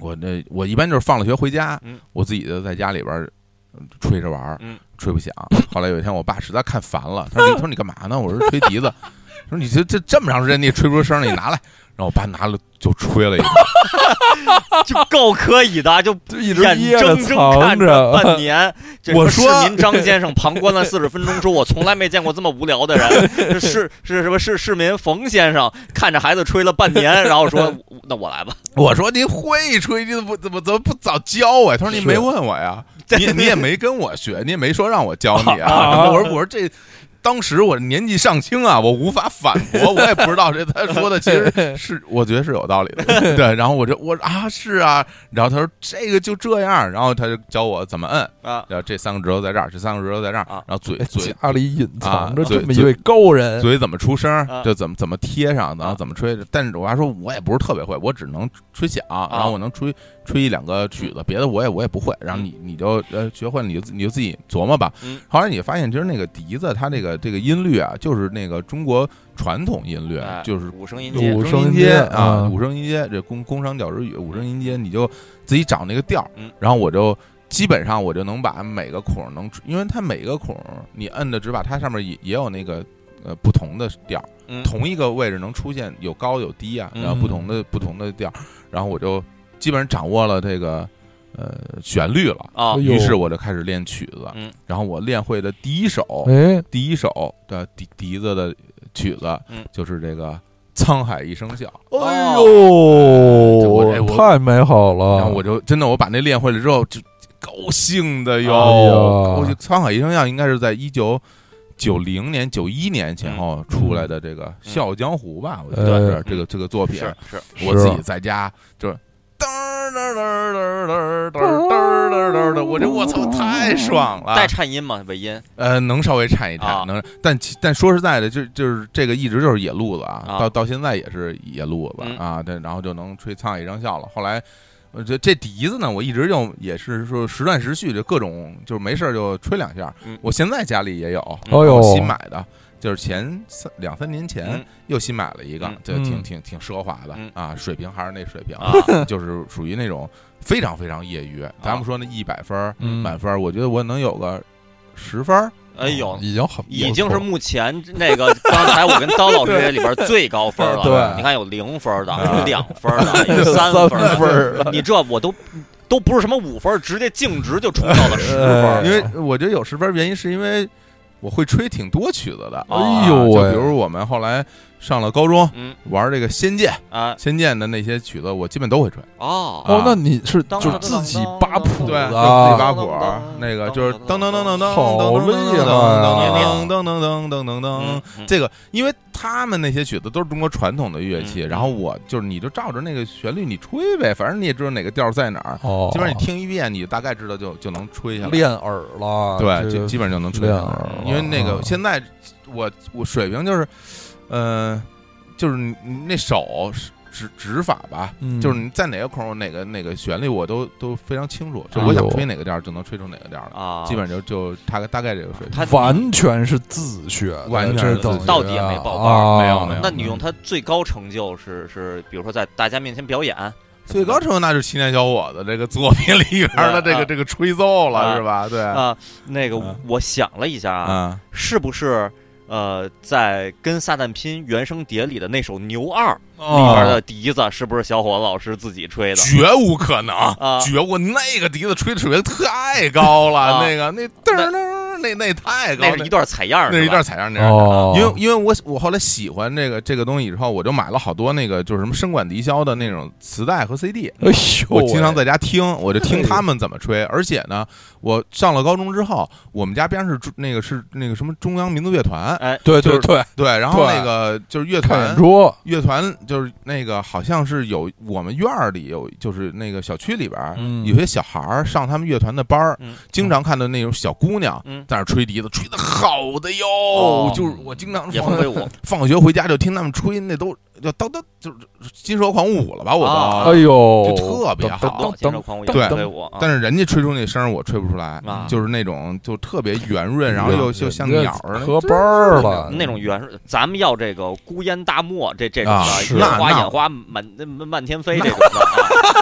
我那我一般就是放了学回家， 嗯、 我自己就在家里边吹着玩， 嗯， 吹不响。后来有一天，我爸实在看烦了，他说：“你他说你干嘛呢？”我说：“吹笛子。”他说：“你这这这么长时间你也吹不出声来，你拿来。”然后我爸拿了就吹了一个， 就够可以的，就一直眼睁睁看着半年。 我说市民张先生旁观了四十分钟，说我从来没见过这么无聊的人。是是什么？是市民冯先生看着孩子吹了半年，然后说：“那我来吧。” 我说：“您会吹，你怎么怎么怎么不早教啊？”他说：“你没问我呀，你你也没跟我学，你也没说让我教你啊。”我说：“我说这。”当时我年纪尚轻啊，我无法反驳，我也不知道这他说的其实是，我觉得是有道理的。对，然后我就我啊是啊，然后他说这个就这样，然后他就教我怎么摁啊，然后这三个指头在这儿，这三个指头在这儿，然后嘴嘴家里隐藏着这么一位高人， 嘴怎么出声，就怎么怎么贴上，然后怎么吹。但是我还说我也不是特别会，我只能吹响，然后我能吹吹一两个曲子，别的我也我也不会。然后你你就呃学会了，你就你就自己琢磨吧。后来你发现，其实那个笛子它这个。这个音律啊，就是那个中国传统音律， 哎、 就是五声音阶， 五声音阶啊，五声音阶，这工工商调之语，五声音阶，你就自己找那个调， 嗯、 然后我就基本上我就能把每个孔能，因为它每个孔你摁的指把，它上面也也有那个呃不同的调， 嗯、 同一个位置能出现有高有低啊，然后不同的、嗯、不同的调，然后我就基本上掌握了这个。呃，旋律了啊， 于是我就开始练曲子， 嗯， 然后我练会的第一首， 哎， 第一首的笛笛子的曲子， 嗯， 就是这个《沧海一声笑》。 哎呦， 我太美好了！ 然后我就真的我把那练会了之后，就高兴的哟。 哎、 我就《沧海一声笑》应该是在一九九零年、九一年前后出来的这个《笑傲江湖》吧，我觉得是这个这个作品， 是是我自己在家就是。嘚嘚嘚嘚嘚嘚嘚嘚嘚，我这我操太爽了！ 带颤音吗？尾音？ 呃，能稍微颤一颤， 啊、 能。但但说实在的，就就是这个一直就是野路子啊， 啊到到现在也是野路子、 嗯、 啊。对，然后就能吹沧海一声笑了。后来，我这这笛子呢，我一直就也是说时断时续，就各种就是没事就吹两下。 嗯、 我现在家里也有， 哦哟， 新买的。就是前三两三年前又新买了一个，就挺挺挺奢华的啊，水平还是那水平，就是属于那种非常非常业余。咱们说那一百分满分，我觉得我能有个十分。 哎呦， 已经很已经是目前那个刚才我跟刀老师里边最高分了。 对， 你看有零分的，有两分的，有三分的，你这我都。都不是什么五分，直接净值就冲到了十分。 因为我觉得有十分，原因是因为我会吹挺多曲子的。 哎呦， 就比如我们后来上了高中， 嗯， 玩这个《仙剑》 啊， 《仙剑》的那些曲子，我基本都会吹。 哦哦，那你是就自己扒谱对， 的， 自己扒谱，那个就是噔噔噔噔噔， 好厉害， 噔噔噔噔噔噔噔。这个，因为他们那些曲子都是中国传统的乐器，然后我就是你就照着那个旋律你吹呗，反正你也知道哪个调在哪儿，基本上你听一遍，你大概知道就就能吹下来。 练耳了， 对，就基本上就能吹下来。因为那个现在我我水平就是，呃，就是你那手指指法吧，就是你在哪个空哪个哪个旋律我都都非常清楚，就我想吹哪个调就能吹出哪个调了啊，基本就就大概大概这个水平。 完全是自学， 完全是自学， 到底也没报班， 没有没有。 那你用它最高成就是是，比如说在大家面前表演。 最高成就那是青年小伙子这个作品里边的这个这个吹奏了，是吧？对啊，那个我想了一下啊，是不是呃，在跟撒旦拼原声碟里的那首《牛二》里边的笛子，是不是小伙子老师自己吹的？ 绝无可能啊！绝无，那个笛子吹的水平太高了，那个那噔噔。那那太高， 那是一段采样， 那是一段采样那样的。因为因为我我后来喜欢这个这个东西以后，我就买了好多那个就是什么声管笛箫的那种磁带和 C D。 哎呦， 我经常在家听，我就听他们怎么吹。而且呢，我上了高中之后，我们家边上是那个是那个什么中央民族乐团。 哎， 对对对对，然后那个就是乐团，乐团就是那个好像是有我们院里有就是那个小区里边有些小孩上他们乐团的班儿，经常看到那种小姑娘。在那吹笛子，吹的好的哟，哦、就是我经常放放学回家就听他们吹，那都就当当就是金蛇狂舞了吧，我都， 啊、哎呦， 就特别好。 金蛇狂舞对， 我但是人家吹出那声我吹不出来，啊、就是那种就特别圆润，然后又就像鸟似的， 合班儿了。 那种圆润，咱们要这个孤烟大漠这这种的，花眼花满漫天飞这种的。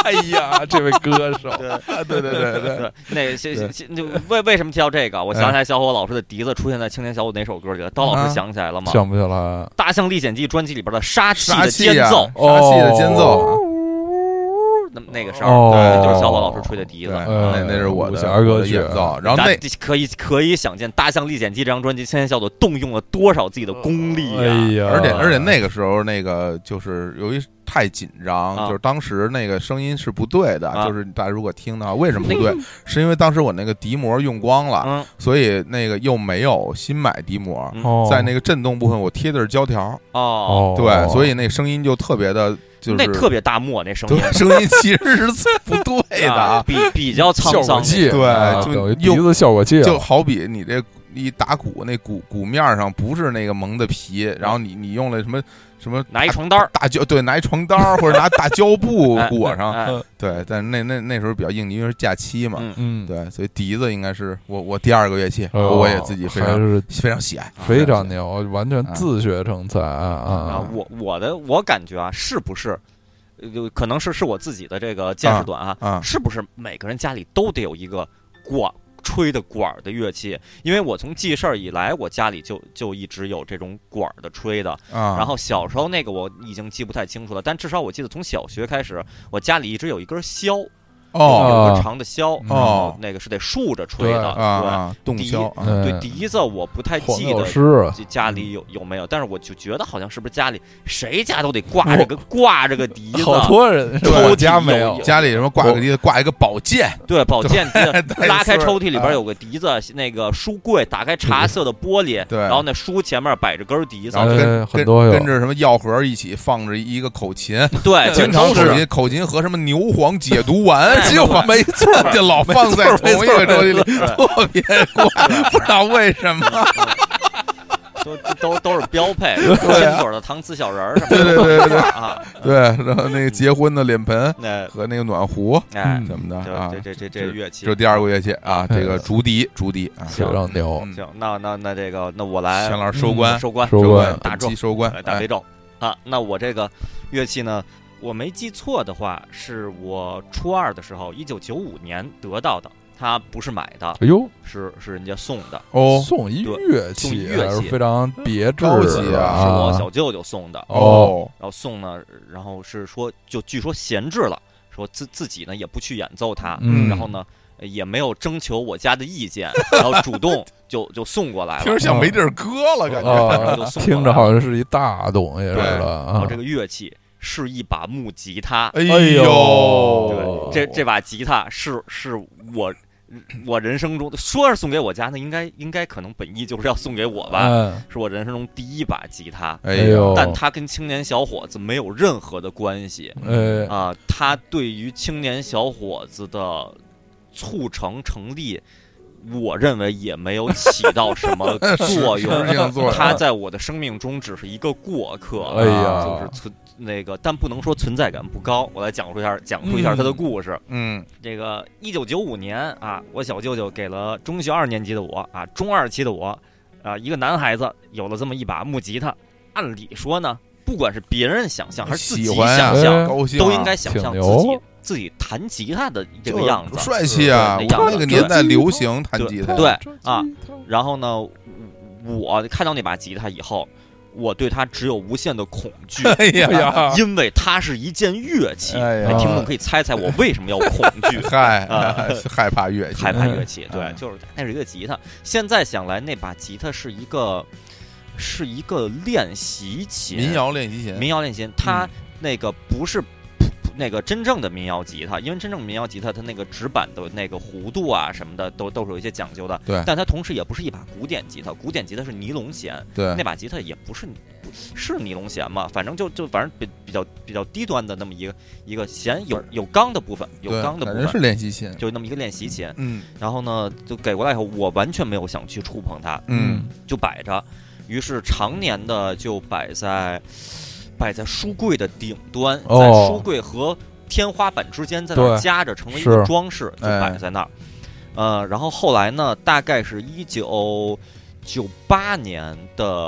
哎呀，这位歌手， 对对对对对对，那个现现就为为什么提到这个？我想起来小伙老师的笛子出现在青年小伙哪首歌里了？刀老师想起来了吗？ 想不起来。 《大象历险记》专辑里边的杀气的杀气啊间奏， 杀气的间奏。 那那个声儿， 哦对，就是小伙老师吹的笛子， 对， 嗯那那是我的武侠歌曲我的演奏。然后那大可以可以想见，《大象历险记》这张专辑，青年小伙动用了多少自己的功力哎啊！ 呀， 而且而且那个时候那个就是由于太紧张， 啊就是当时那个声音是不对的， 啊就是大家如果听的话，为什么不对？是因为当时我那个笛膜用光了， 嗯， 所以那个又没有新买笛膜， 嗯哦在那个震动部分我贴的是胶条， 哦， 对，所以那声音就特别的，就是那特别大漠那声音对，声音其实是不对的啊，比比较沧桑， 效果器， 对啊就等于笛子效果器， 就好比你这一打鼓，那鼓鼓面上不是那个蒙的皮，然后你你用了什么什么拿一床单儿， 大胶，对，拿一床单儿或者拿大胶布哎裹上， 哎对，但是那那那时候比较应急，因为是假期嘛， 嗯嗯， 对，所以笛子应该是我我第二个乐器， 哦我也自己非常还是非常喜爱， 非常牛，完全自学成才啊啊！， 我我的我感觉啊，是不是？呃，可能是是我自己的这个见识短啊， 啊是不是每个人家里都得有一个管吹的管儿的乐器？因为我从记事儿以来，我家里就就一直有这种管儿的吹的。 啊， 然后小时候那个我已经记不太清楚了，但至少我记得从小学开始，我家里一直有一根箫， 哦有一根长的箫， 嗯然后那个是得竖着吹的。 啊啊，洞笛箫，啊嗯对笛子我不太黄记得药师家里有有没有，但是我就觉得好像是不是家里谁家都得挂着个挂着个笛子， 好多人， 抽我屉家没有家里什么挂个笛子，挂一个宝剑， 对，宝剑笛子对拉开是抽屉里边有个笛子，那个书柜打开茶色的玻璃， 对然后那书前面摆着根笛子然，后跟哎很多有跟跟着什么药盒一起放着一个口琴， 对， 经常都是口琴口琴和什么牛黄解毒丸， 哎就没错，就老放在同一个抽屉里，特别怪，不知道为什么。 都都都是标配，亲嘴的搪瓷小人儿什么的， 对对对对对啊， 对，然后那个结婚的脸盆那和那个暖壶哎， 什么的啊这，这这这这乐器， 这是第二个乐器啊，这个竹笛，竹笛啊， 非常牛， 嗯行，那那那这个，那我来钱老师收官， 收官， 收官大咒本期，收官呃，大悲咒啊。那我这个乐器呢，我没记错的话，是我初二的时候，一九九五年得到的，它不是买的， 哎呦， 是是人家送的， 哦送一对乐器送一乐器还是非常别致高级的啊是我啊， 小舅舅送的， 哦， 然后送呢，然后是说就据说闲置了，说自自己呢也不去演奏它， 嗯然后呢也没有征求我家的意见，然后主动就就送过来了听着。像没地儿搁了，感觉啊就送过来了听着好像是一大东西似对的啊然后这。个乐器是一把木吉他， 哎哎呦呦， 对，这这把吉他是是我我人生中说是送给我家，那应该应该可能本意就是要送给我吧， 嗯， 是我人生中第一把吉他， 哎呦， 哎呦， 但它跟青年小伙子没有任何的关系哎， 啊，它对于青年小伙子的促成成立。我认为也没有起到什么作用实质性作用， 它在我的生命中只是一个过客， 哎呀就是存那个，但不能说存在感不高。我来讲述一下，讲述一下他的故事。 嗯这个一九九五年啊，我小舅舅给了中学二年级的我啊，中二期的我啊，一个男孩子有了这么一把木吉他。按理说呢，不管是别人想象还是自己喜欢呀想象， 高兴啊都应该想象挺自己牛自己弹吉他的这就个样子， 帅气啊！ 对那样子我那个年代流行弹吉他， 对啊。然后呢，我看到那把吉他以后，我对它只有无限的恐惧， 哎呀哎呀， 因为它是一件乐器。 哎呀哎听众可以猜猜我为什么要恐惧？ 嗨啊， 害怕乐器， 害怕乐器，对， 嗯就是那是一个吉他。现在想来，那把吉他是一个是一个练习琴， 民谣练习琴， 民谣练习琴，它嗯那个不是那个真正的民谣吉他，因为真正民谣吉他它那个指板的那个弧度啊什么的都都是有一些讲究的。 对但它同时也不是一把古典吉他，古典吉他是尼龙弦， 对那把吉他也不是不是尼龙弦嘛，反正就就反正比比较比较低端的那么一个一个弦，有有钢的部分，有对钢的部反正是分， 练习琴， 就那么一个练习琴。 嗯然后呢，就给过来以后，我完全没有想去触碰它， 嗯就摆着，于是常年的就摆在摆在书柜的顶端， 哦在书柜和天花板之间，在那儿对夹着，成为一个是装饰，就哎摆在那儿。呃，然后后来呢，大概是一九九八年的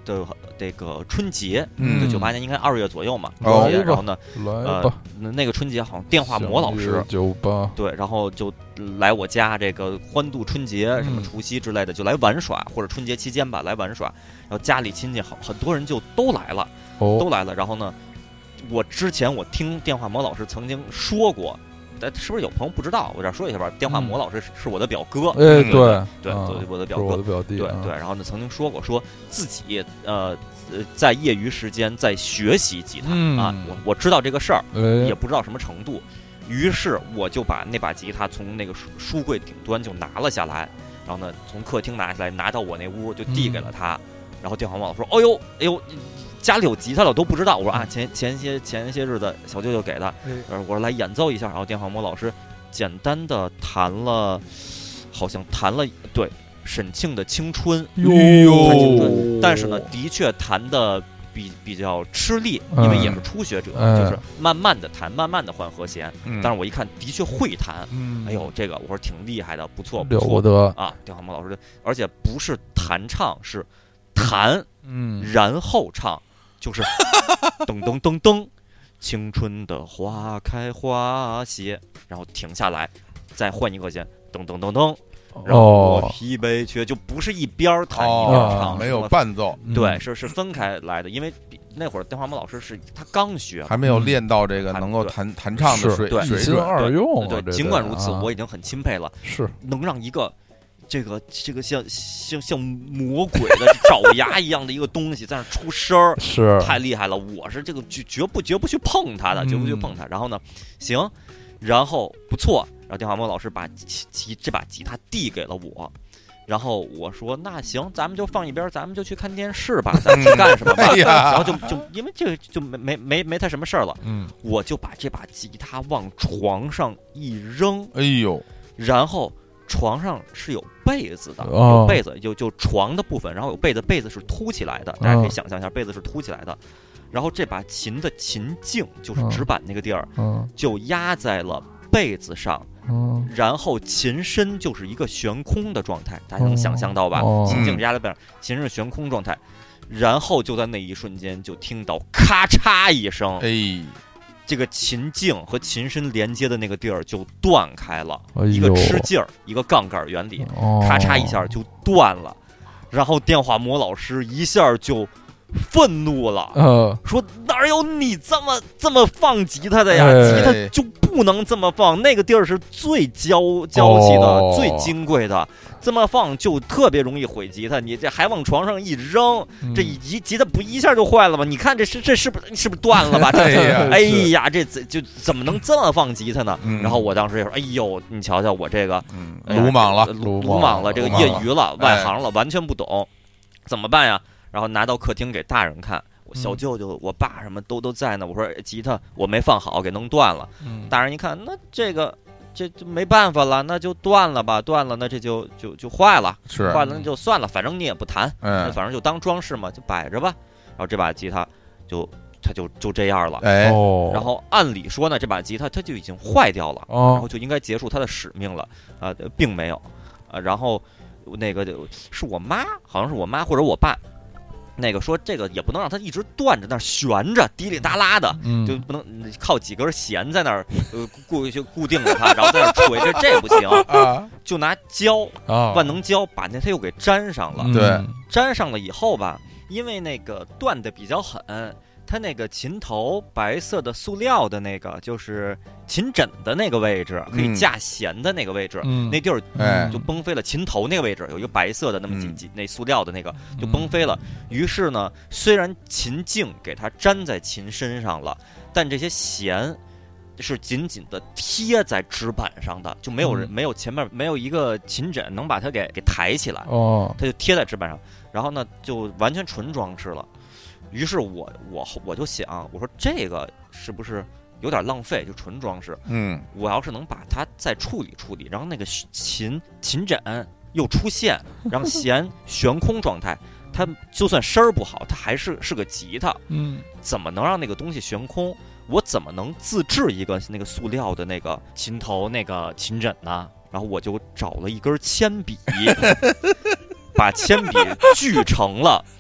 的这个春节， 嗯就九八年应该二月左右嘛， 哦春节，然后呢， 来呃吧，， 那个春节好像电话魔老师酒吧， 对，然后就来我家这个欢度春节，什么除夕之类的，就来玩耍，或者春节期间吧来玩耍，然后家里亲戚好很多人就都来了， 哦， 都来了，然后呢，我之前我听电话魔老师曾经说过。但是不是有朋友不知道？我这儿说一下吧。电话魔老师是是我的表哥， 哎，对对，我的表哥， 我的表弟， 对对。然后呢，曾经说过，说自己呃呃在业余时间在学习吉他啊，我我知道这个事儿，也不知道什么程度。于是我就把那把吉他从那个书书柜顶端就拿了下来，然后呢，从客厅拿下来，拿到我那屋就递给了他。然后电话魔老师说：“哎呦，哎呦。”家里有吉他了，我都不知道。我说啊，前前些前些日子小舅舅给的，我说来演奏一下。然后电话魔老师简单的弹了，好像弹了对沈庆的《青春》， 哟， 但是呢，的确弹的比比较吃力，因为也是初学者， 嗯、 就是慢慢的弹，慢慢的换和弦。 嗯、 但是我一看，的确会弹。 嗯、 哎呦，这个我说挺厉害的，不错，不错了不得啊！电话魔老师的，而且不是弹唱，是弹， 嗯， 然后唱。就是噔噔噔噔，青春的花开花谢，然后停下来，再换一个弦，噔噔噔噔，然后我疲惫却就不是一边弹一边唱， 哦、没有伴奏， 对，是是分开来的，因为那会儿电话魔老师是他刚学， 还没有练到这个能够弹弹唱的水水准，二用， 对，尽管如此，我已经很钦佩了， 是能让一个。这个这个像像像魔鬼的爪牙一样的一个东西在那出声儿， 是太厉害了。我是这个绝绝不绝不去碰它的，绝不去碰它。然后呢，行，然后不错。然后电话魔老师把吉这把吉他递给了我，然后我说那行，咱们就放一边，咱们就去看电视吧，咱们去干什么吧？ 哎、 然后就就因为这个就没没没没他什么事儿了， 嗯， 我就把这把吉他往床上一扔， 哎呦， 然后。床上是有被子的， 哦、 有被子，就就床的部分，然后有被子，被子是凸起来的，大家可以想象一下，被子是凸起来的。然后这把琴的琴颈就是指板那个地儿， 嗯、 就压在了被子上， 嗯、 然后琴身就是一个悬空的状态，大家能想象到吧？ 哦、 琴颈压在背上，琴身是悬空状态，然后就在那一瞬间就听到咔嚓一声， 哎。 这个琴颈和琴身连接的那个地儿就断开了， 哎、 一个吃劲儿，一个杠杆原理， 哦、 咔嚓一下就断了。然后电话魔老师一下就愤怒了， 呃、 说哪有你这么这么放吉他的呀？ 哎、 吉他就不能这么放，那个地儿是最娇娇气的、 哦、 最金贵的。这么放就特别容易毁吉他，你这还往床上一扔， 嗯、 这一吉他不一下就坏了吗？你看这是这是不是是不是断了吧？这哎呀， 哎呀，这就怎么能这么放吉他呢？ 嗯、 然后我当时也说，哎呦，你瞧瞧我这个， 嗯， 哎、 鲁莽了， 鲁鲁莽了，这个业余了， 哎、 外行了，完全不懂，怎么办呀？然后拿到客厅给大人看，我小舅舅、我爸什么都都在呢。我说吉他我没放好，给弄断了。 嗯、 大人一看，那这个。这就没办法了，那就断了吧，断了，那这就就就坏了， 是坏了那就算了，反正你也不弹， 嗯， 反正就当装饰嘛，就摆着吧。然后这把吉他就它就就这样了， 哎， 然后按理说呢，这把吉他它就已经坏掉了， 哦、 然后就应该结束它的使命了，啊、呃，并没有，啊、呃，然后那个是我妈，好像是我妈或者我爸。那个说这个也不能让它一直断着那儿悬着滴里哒啦的， 嗯、 就不能靠几根弦在那儿呃固就固定着它，然后在那儿吹，这这不行啊！ 就拿胶啊， 万能胶把那它又给粘上了。 嗯、 对， 粘上了以后吧，因为那个断的比较狠，它那个琴头白色的塑料的那个就是琴枕的那个位置，可以架弦的那个位置， 嗯、 那地儿哎就崩飞了。琴头那个位置有一个白色的那么几几、嗯、那塑料的那个就崩飞了。于是呢，虽然琴颈给它粘在琴身上了，但这些弦是紧紧的贴在纸板上的，就没有人、嗯、没有前面没有一个琴枕能把它给给抬起来， 哦， 它就贴在纸板上，然后呢就完全纯装饰了。于是我我我就想，我说这个是不是有点浪费，就纯装饰？ 嗯， 我要是能把它再处理处理，然后那个琴琴枕又出现，然后弦悬空状态，它就算声儿不好，它还是是个吉他。 嗯， 怎么能让那个东西悬空？我怎么能自制一个那个塑料的那个琴头那个琴枕呢？然后我就找了一根铅笔，把铅笔锯成了。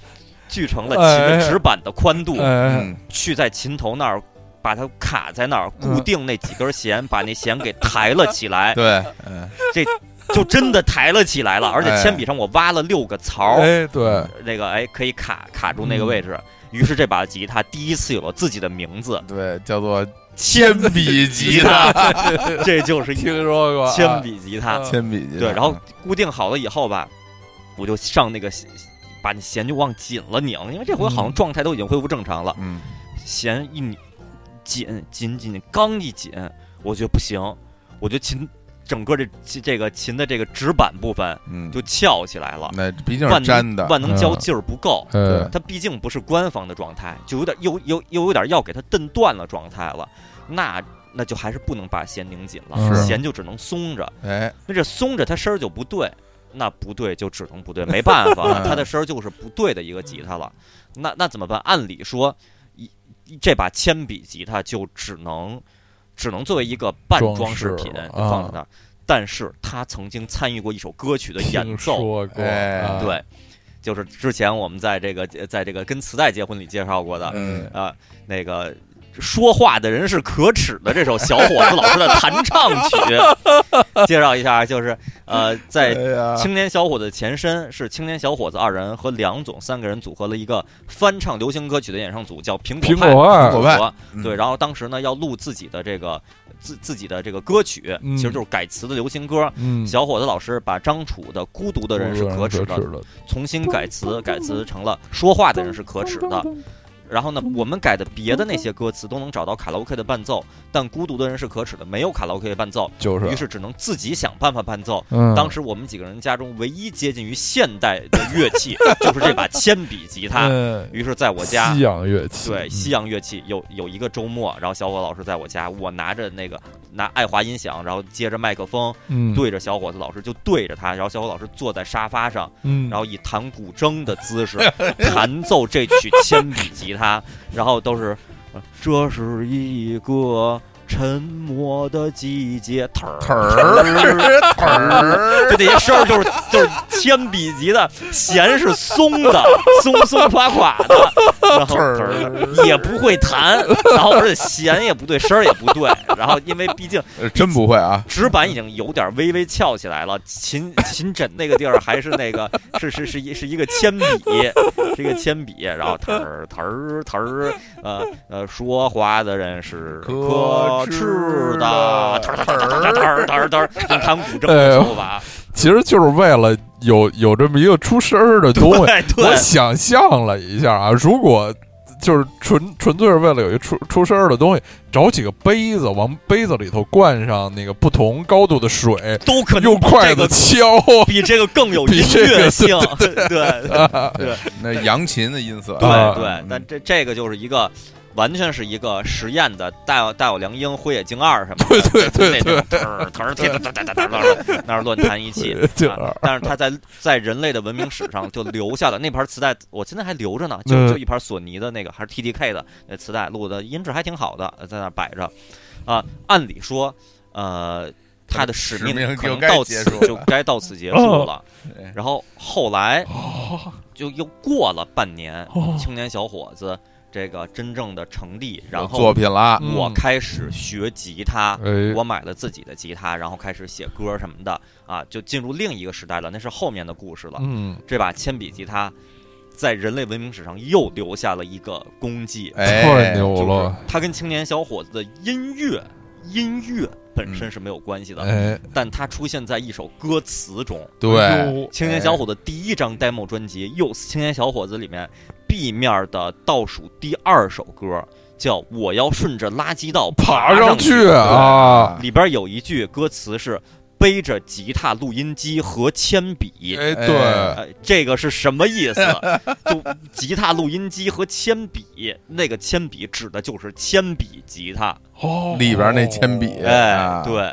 锯成了琴的纸板的宽度， 哎， 去在琴头那儿把它卡在那儿，固定那几根弦，把那弦给抬了起来。 对，嗯， 这就真的抬了起来了，而且铅笔上我挖了六个槽， 哎，对， 那个哎可以卡卡住那个位置。于是这把吉他第一次有了自己的名字， 对，叫做铅笔吉他， 这就是听说过铅笔吉他， 铅笔吉他。 对，然后固定好了以后吧，我就上那个把那弦就往紧了拧，因为这回好像状态都已经恢复正常了。 嗯， 弦一拧紧紧紧，刚一紧，我觉得不行，我觉得琴整个这这个琴的这个指板部分，嗯，就翘起来了。 那毕竟是粘的， 万能胶劲儿不够， 对， 它毕竟不是官方的状态，就有点又又又有点要给它蹬断了状态了。那那就还是不能把弦拧紧了，弦就只能松着。 哎， 那这松着它声儿就不对，那不对就只能不对，没办法，它的声儿就是不对的一个吉他了。那那怎么办？按理说，一这把铅笔吉他就只能。只能作为一个半装饰品放在那儿，啊，但是他曾经参与过一首歌曲的演奏， 哎， 对，就是之前我们在这个在这个跟磁带结婚里介绍过的， 嗯啊，那个说话的人是可耻的这首小伙子老师的弹唱曲，介绍一下，就是呃，在青年小伙子的前身是青年小伙子二人和梁总三个人组合了一个翻唱流行歌曲的演唱组，叫苹果派。 苹果派， 对，然后当时呢要录自己的这个自自己的这个歌曲， 嗯， 其实就是改词的流行歌。 嗯， 小伙子老师把张楚的《孤独的人是可耻的》重新改词，改词成了《说话的人是可耻的》。然后呢，我们改的别的那些歌词都能找到卡拉 OK 的伴奏，但孤独的人是可耻的，没有卡拉 OK 的伴奏， 就是， 于是只能自己想办法伴奏。 嗯， 当时我们几个人家中唯一接近于现代的乐器就是这把铅笔吉他。 嗯， 于是在我家， 西洋乐器， 对，西洋乐器有有一个周末，然后小伙老师在我家，我拿着那个拿爱华音响，然后接着麦克风， 嗯， 对着小伙子老师就对着他，然后小伙老师坐在沙发上， 嗯， 然后以弹古筝的姿势弹奏这曲铅笔吉他。然后都是，这是一个沉默的季节，嘚儿嘚儿，就这些声儿就是就是铅笔吉的弦是松的，松松垮垮的，然后也不会弹，然后而且弦也不对，声儿也不对，然后因为毕竟真不会啊， 指板已经有点微微翘起来了，琴琴枕那个地儿还是那个是是是一是一个铅笔，是一个铅笔，然后嘚儿嘚儿嘚儿，呃呃，说话的人是可耻的，嘚儿嘚儿嘚儿嘚儿嘚儿嘚儿，用弹古筝的手法。 其实就是为了有有这么一个出声儿的东西，我想象了一下啊，如果就是纯纯粹是为了有一出出声儿的东西，找几个杯子往杯子里头灌上那个不同高度的水， 都可能用筷子敲， 比这个更有音乐性。对对对， 那扬琴的音色， 对对，但这这个就是一个。完全是一个实验的带有带有梁英、辉野晶二什么的， 对对对对， 腾腾腾那儿乱弹一气，但是他在在人类的文明史上就留下了那盘磁带，我现在还留着呢，就就一盘索尼的那个还是 T D K 的那磁带录的，音质还挺好的，在那摆着。啊，按理说，呃，他的使命可能到此就该到此结束了。然后后来就又过了半年，青年小伙子。这个真正的成立，然后作品了， 我开始学吉他， 嗯， 我买了自己的吉他，然后开始写歌什么的啊，就进入另一个时代了，那是后面的故事了。 嗯， 这把铅笔吉他在人类文明史上又留下了一个功绩， 太牛了！ 它跟青年小伙子的音乐音乐本身是没有关系的， 嗯， 但它出现在一首歌词中。 对， 青年小伙子第一张 demo 专辑《Youth》青年小伙子里面 B 面的倒数第二首歌叫《我要顺着垃圾道爬上去》 啊， 里边有一句歌词是背着吉他、录音机和铅笔。 哎，对， 呃，这个是什么意思？就吉他、录音机和铅笔，那个铅笔指的就是铅笔吉他哦， 里边那铅笔。 哎，对，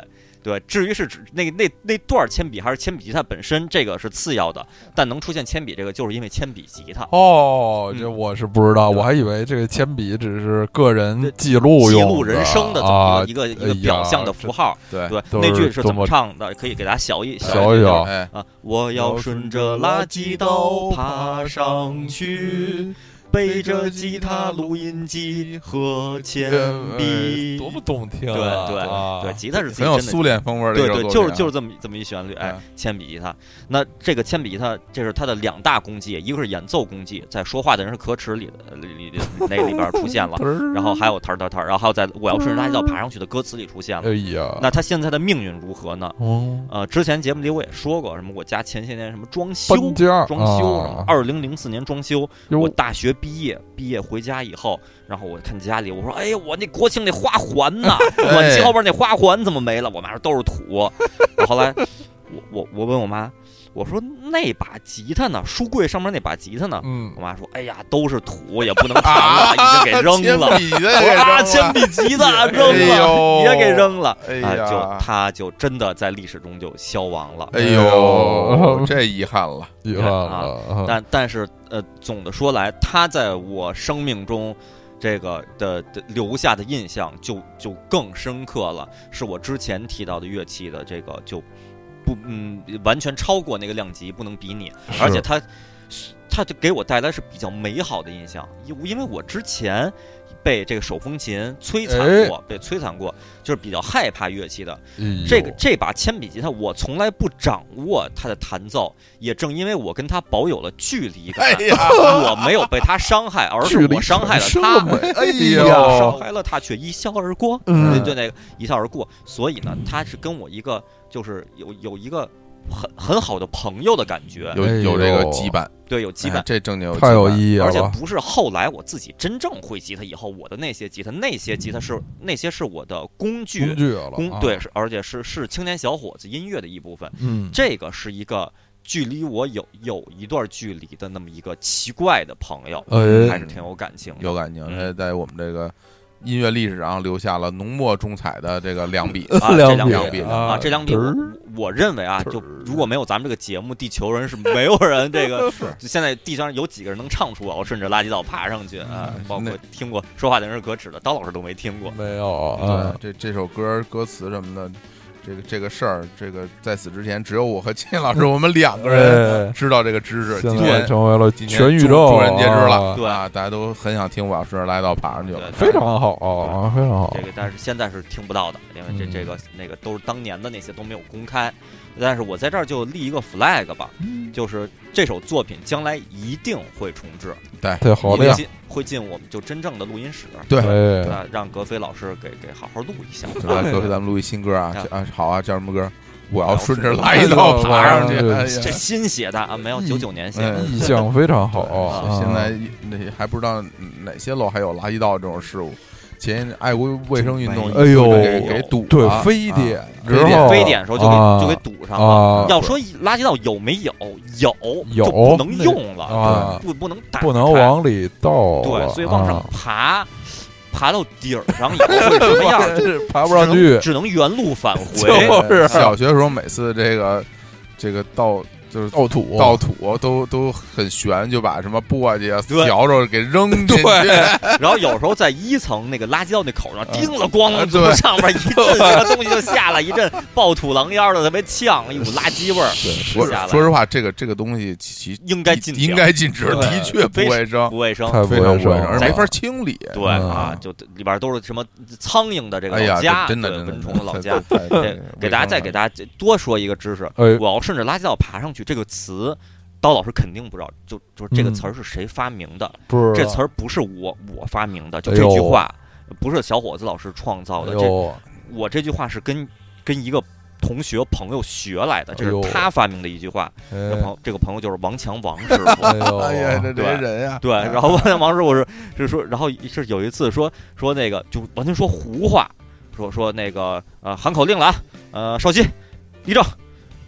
对，至于是指那那那段铅笔还是铅笔吉他本身，这个是次要的，但能出现铅笔这个，就是因为铅笔吉他。 哦， 嗯、 这我是不知道，我还以为这个铅笔只是个人记录用记录人生的这么一个、 啊、 一个一个表象的符号。 对对，那句是怎么唱的？可以给大家小一小一小哎啊！我要顺着垃圾道爬上去。背着吉他、录音机和铅笔， 多么动听、啊！ 对对、 啊、 对，吉他是自己很有苏联风味的一对对，就是就是这么这么一旋律。哎， 嗯、 铅笔吉他，那这个铅笔吉他，这是它的两大功绩，一个是演奏功绩，在说话的人是可耻里的里里那里边出现了，然后还有弹弹弹，然后还有在我要顺着垃圾道爬上去的歌词里出现了。 哎呀， 那他现在的命运如何呢？ 哦， 呃，之前节目里我也说过，什么我家前些年什么装修，装修什么，二零零四年装修，我大学毕业毕业。回家以后，然后我看家里，我说：“哎呀，我那国庆那花环呐，暖气后边那花环怎么没了？”我妈说：“都是土。”后来我我我问我妈，我说：“那把吉他呢？书柜上面那把吉他呢？”嗯，我妈说：“哎呀，都是土，也不能弹了，已经给扔了。”啊，铅笔吉他扔了，也给扔了。 哎呀， 就他就真的在历史中就消亡了。 哎呦，这遗憾了， 遗憾了。 但但是呃，总的说来，他在我生命中这个的的留下的印象就就更深刻了。是我之前提到的乐器的这个就不嗯完全超过那个量级，不能比拟，而且他他就给我带来是比较美好的印象，因为我之前被这个手风琴摧残过，被摧残过，就是比较害怕乐器的。这个这把铅笔吉他，我从来不掌握它的弹奏，也正因为我跟他保有了距离感， 哎呀， 我没有被他伤害，而是我伤害了他。 哎呀，伤害了他却一笑而过，嗯，对那个一笑而过。所以呢，他是跟我一个就是有有一个很很好的朋友的感觉， 有有这个羁绊。 对，有羁绊， 哎、这正经有太有意义了， 而且不是后来我自己真正会吉他以后，我的那些吉他，那些吉他是那些是我的工具， 工具了， 工啊、 对，是而且是是青年小伙子音乐的一部分。 嗯， 这个是一个距离我有有一段距离的那么一个奇怪的朋友， 哎、 还是挺有感情的， 有感情。他在我们这个音乐历史上留下了浓墨重彩的这个两笔啊， 这两笔啊，这两笔我我认为啊，就如果没有咱们这个节目，地球人是没有人这个，就现在地球上有几个人能唱出啊？我顺着垃圾道爬上去啊，包括听过说话的人是可耻的，刀老师都没听过， 没有。 对，这这首歌歌词什么的。这个这个事儿，这个在此之前，只有我和金老师，我们两个人知道这个知识。今天成为了全宇宙众人皆知了， 对啊，大家都很想听我要顺着来到爬上去了， 非常好啊，非常好。 这个但是现在是听不到的，因为这这个那个都是当年的那些都没有公开。但是我在这儿就立一个 flag 吧，就是这首作品将来一定会重制， 对对，好的， 会进我们就真正的录音室， 对， 啊，让格飞老师给给好好录一下， 来格飞咱们录一新歌啊啊，好啊，叫什么歌？我要顺着来到爬上去， 这新写的啊，没有九九年写的， 意象非常好。 现在那还不知道哪些楼还有垃圾道这种事物。前爱国卫生运动， 哎呦， 给给堵了， 对，非典， 非典，非典的时候就给就给堵上了。要说垃圾道有没有？有， 有就不能用了啊， 不不能打， 不能往里倒。 对，所以往上爬。爬到顶上以后会什么样？ 爬不上去， 只能原路返回。 就是小学时候每次这个这个倒就是倒土， 倒土都都很悬，就把什么簸箕啊、笤帚给扔进去。 然后有时候在一层那个垃圾道那口上叮了咣了，从上面一阵什么东西就下来，一阵暴土狼烟的，特别呛，一股垃圾味儿。 说说实话，这个这个东西其应该禁， 应该禁止，的确不卫生， 不卫生， 非常不卫生，而没法清理。 对啊，就里边都是什么苍蝇的这个老家， 真的蚊虫的老家。给大家再给大家多说一个知识，我要顺着垃圾道爬上去。这个词，刀老师肯定不知道，就就是这个词儿是谁发明的？ 不是， 这词儿不是我我发明的，就这句话不是小伙子老师创造的。这我这句话是跟跟一个同学朋友学来的，这是他发明的一句话。这朋友这个朋友就是王强王师傅。 哎呀，这这些人呀， 对，然后王强王师傅是是说，然后是有一次说说那个就完全说胡话，说说那个呃喊口令了啊，呃少熙立正。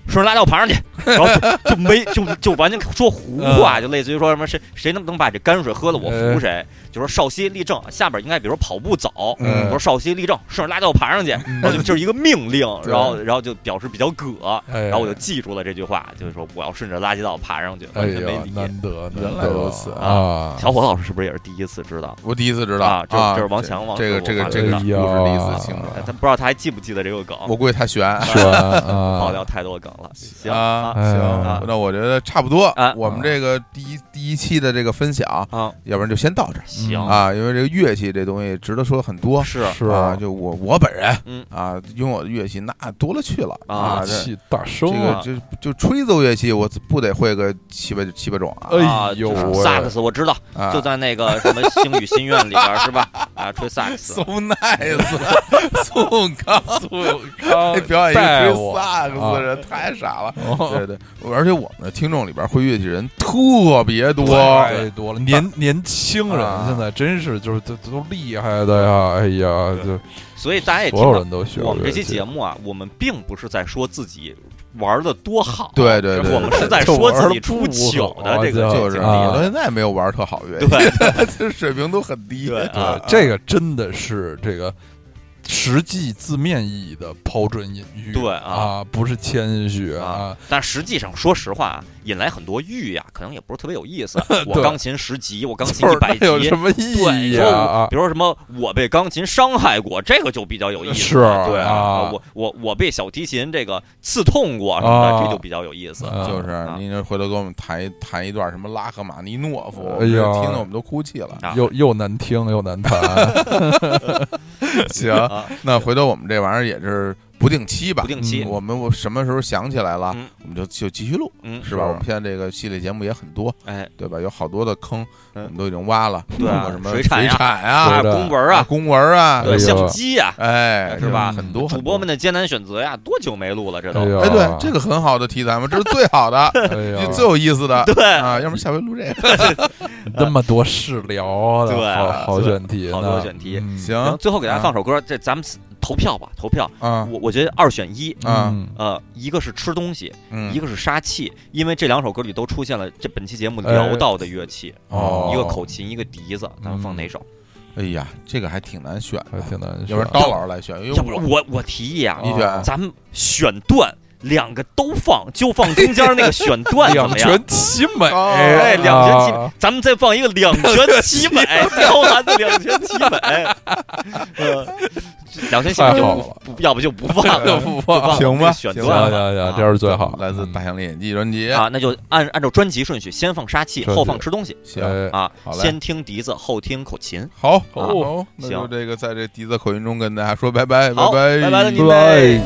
顺着拉到旁上去，然后就就没就就完全说胡话，就类似于说什么谁谁能不能把这泔水喝了我服谁，就说少息立正，下边应该比如说跑步走，我说少息立正，顺着拉到旁上去，然后就就是一个命令，然后然后就表示比较葛，然后我就记住了这句话，就是说我要顺着垃圾道爬上去，完全没理。 难得， 原来如此啊！小伙子老师是不是也是第一次知道？ 我第一次知道啊，这这是王强王这个这个这个故事第一次听说， 他不知道他还记不记得这个梗？ 我估计他悬悬， 爆料太多梗了。行啊，行，那我觉得差不多。我们这个第一第一期的这个分享啊，要不然就先到这儿。 行啊，因为这个乐器这东西值得说很多。 是是啊，就我我本人啊，拥有的乐器那多了去了啊， 气大声这个就就吹奏乐器，我不得会个七八七八种啊。 哎呦， 萨克斯我知道，就在那个什么星宇心愿里边是吧？啊，吹萨克斯。 So nice， 宋康， 宋康表演一吹萨克斯人太傻了。对对，而且我们的听众里边会乐器人特别多， 太多了。年年轻人现在真是就是都都厉害的呀！哎呀，就所以大家也所有人都学我们这期节目啊，我们并不是在说自己玩的多好， 对对对， 我们是在说自己出糗的这个就是，我到现在没有玩特好乐器，对，水平都很低。 对啊，这个真的是这个。实际字面意义的抛砖引玉， 对啊，不是谦虚啊。 但实际上，说实话，引来很多玉呀，可能也不是特别有意思。我钢琴十级，我钢琴一百级， 有什么意义啊？ 比如说什么，我被钢琴伤害过，这个就比较有意思。 是， 对啊，我我我被小提琴这个刺痛过什么的，这就比较有意思。 就是您回头给我们弹弹一段什么拉赫玛尼诺夫， 哎呀， 听得我们都哭泣了， 又又难听又难弹。 行。那回头我们这玩意儿也是不定期吧， 不定期， 我们我什么时候想起来了， 嗯、 我们就就继续录， 嗯， 是吧？我们现在这个系列节目也很多， 哎， 对吧？有好多的坑，我们都已经挖了， 对啊，什么水产呀、 公文啊、 公文啊、 相机呀， 哎， 是吧？ 很多主播们的艰难选择呀，多久没录了？这都， 哎，对，这个很好的题材嘛，这是最好的，最有意思的， 对啊，要不然下回录这个， 那么多事聊， 对， 好选题， 好多选题， 行， 最后给大家放首歌，这咱们。投票吧，投票啊！ 我我觉得二选一啊， 呃，一个是吃东西， 嗯， 一个是杀气，因为这两首歌里都出现了这本期节目聊到的乐器， 哦， 一个口琴，一个笛子，咱们放哪首？ 哎呀，这个还挺难选， 还挺难选， 要不然刀老师来选，因为要不然我我提议啊， 你选， 咱们选段。两个都放，就放中间那个选段怎么样？ 两全其美， 哎，两全其美。咱们再放一个两全其美，刁寒的两全其美。呃，两全其美就不，要不就不放， 就不放， 行吧？ 选段， 行行行，这是最好。 来自大象的演技专辑啊，那就按按照专辑顺序，先放杀气，后放吃东西。 行啊，先听笛子，后听口琴。 好，好，那就这个在这笛子口音中跟大家说拜拜，拜拜，拜拜了，您拜。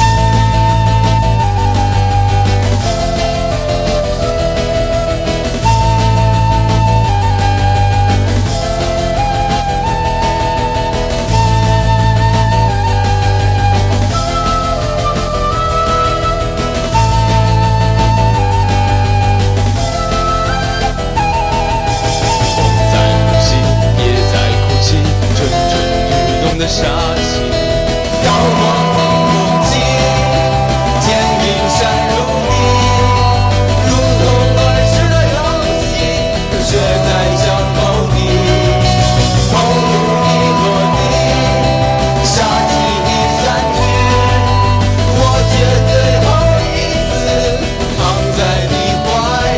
杀气，遥望梦境，坚定深入你，如同儿时的游戏，热血在相逢里，投入你落地，杀气已散去，我却最后一次躺在你怀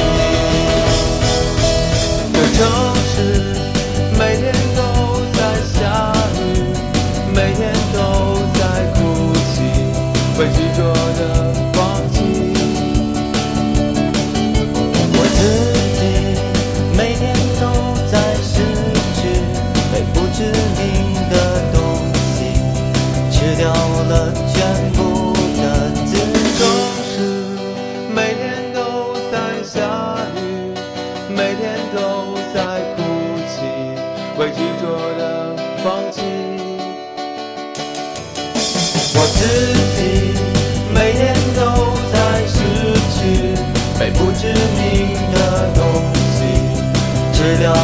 里。这城市每天都在下雨，每天都在哭泣，为执着的放弃。我自己每天都在失去，被不知名的东西吃掉了全部的自己。城市每天都在下雨，每天都在哭泣，为执着的放弃。我自己每天都在失去，被不知名的东西吃掉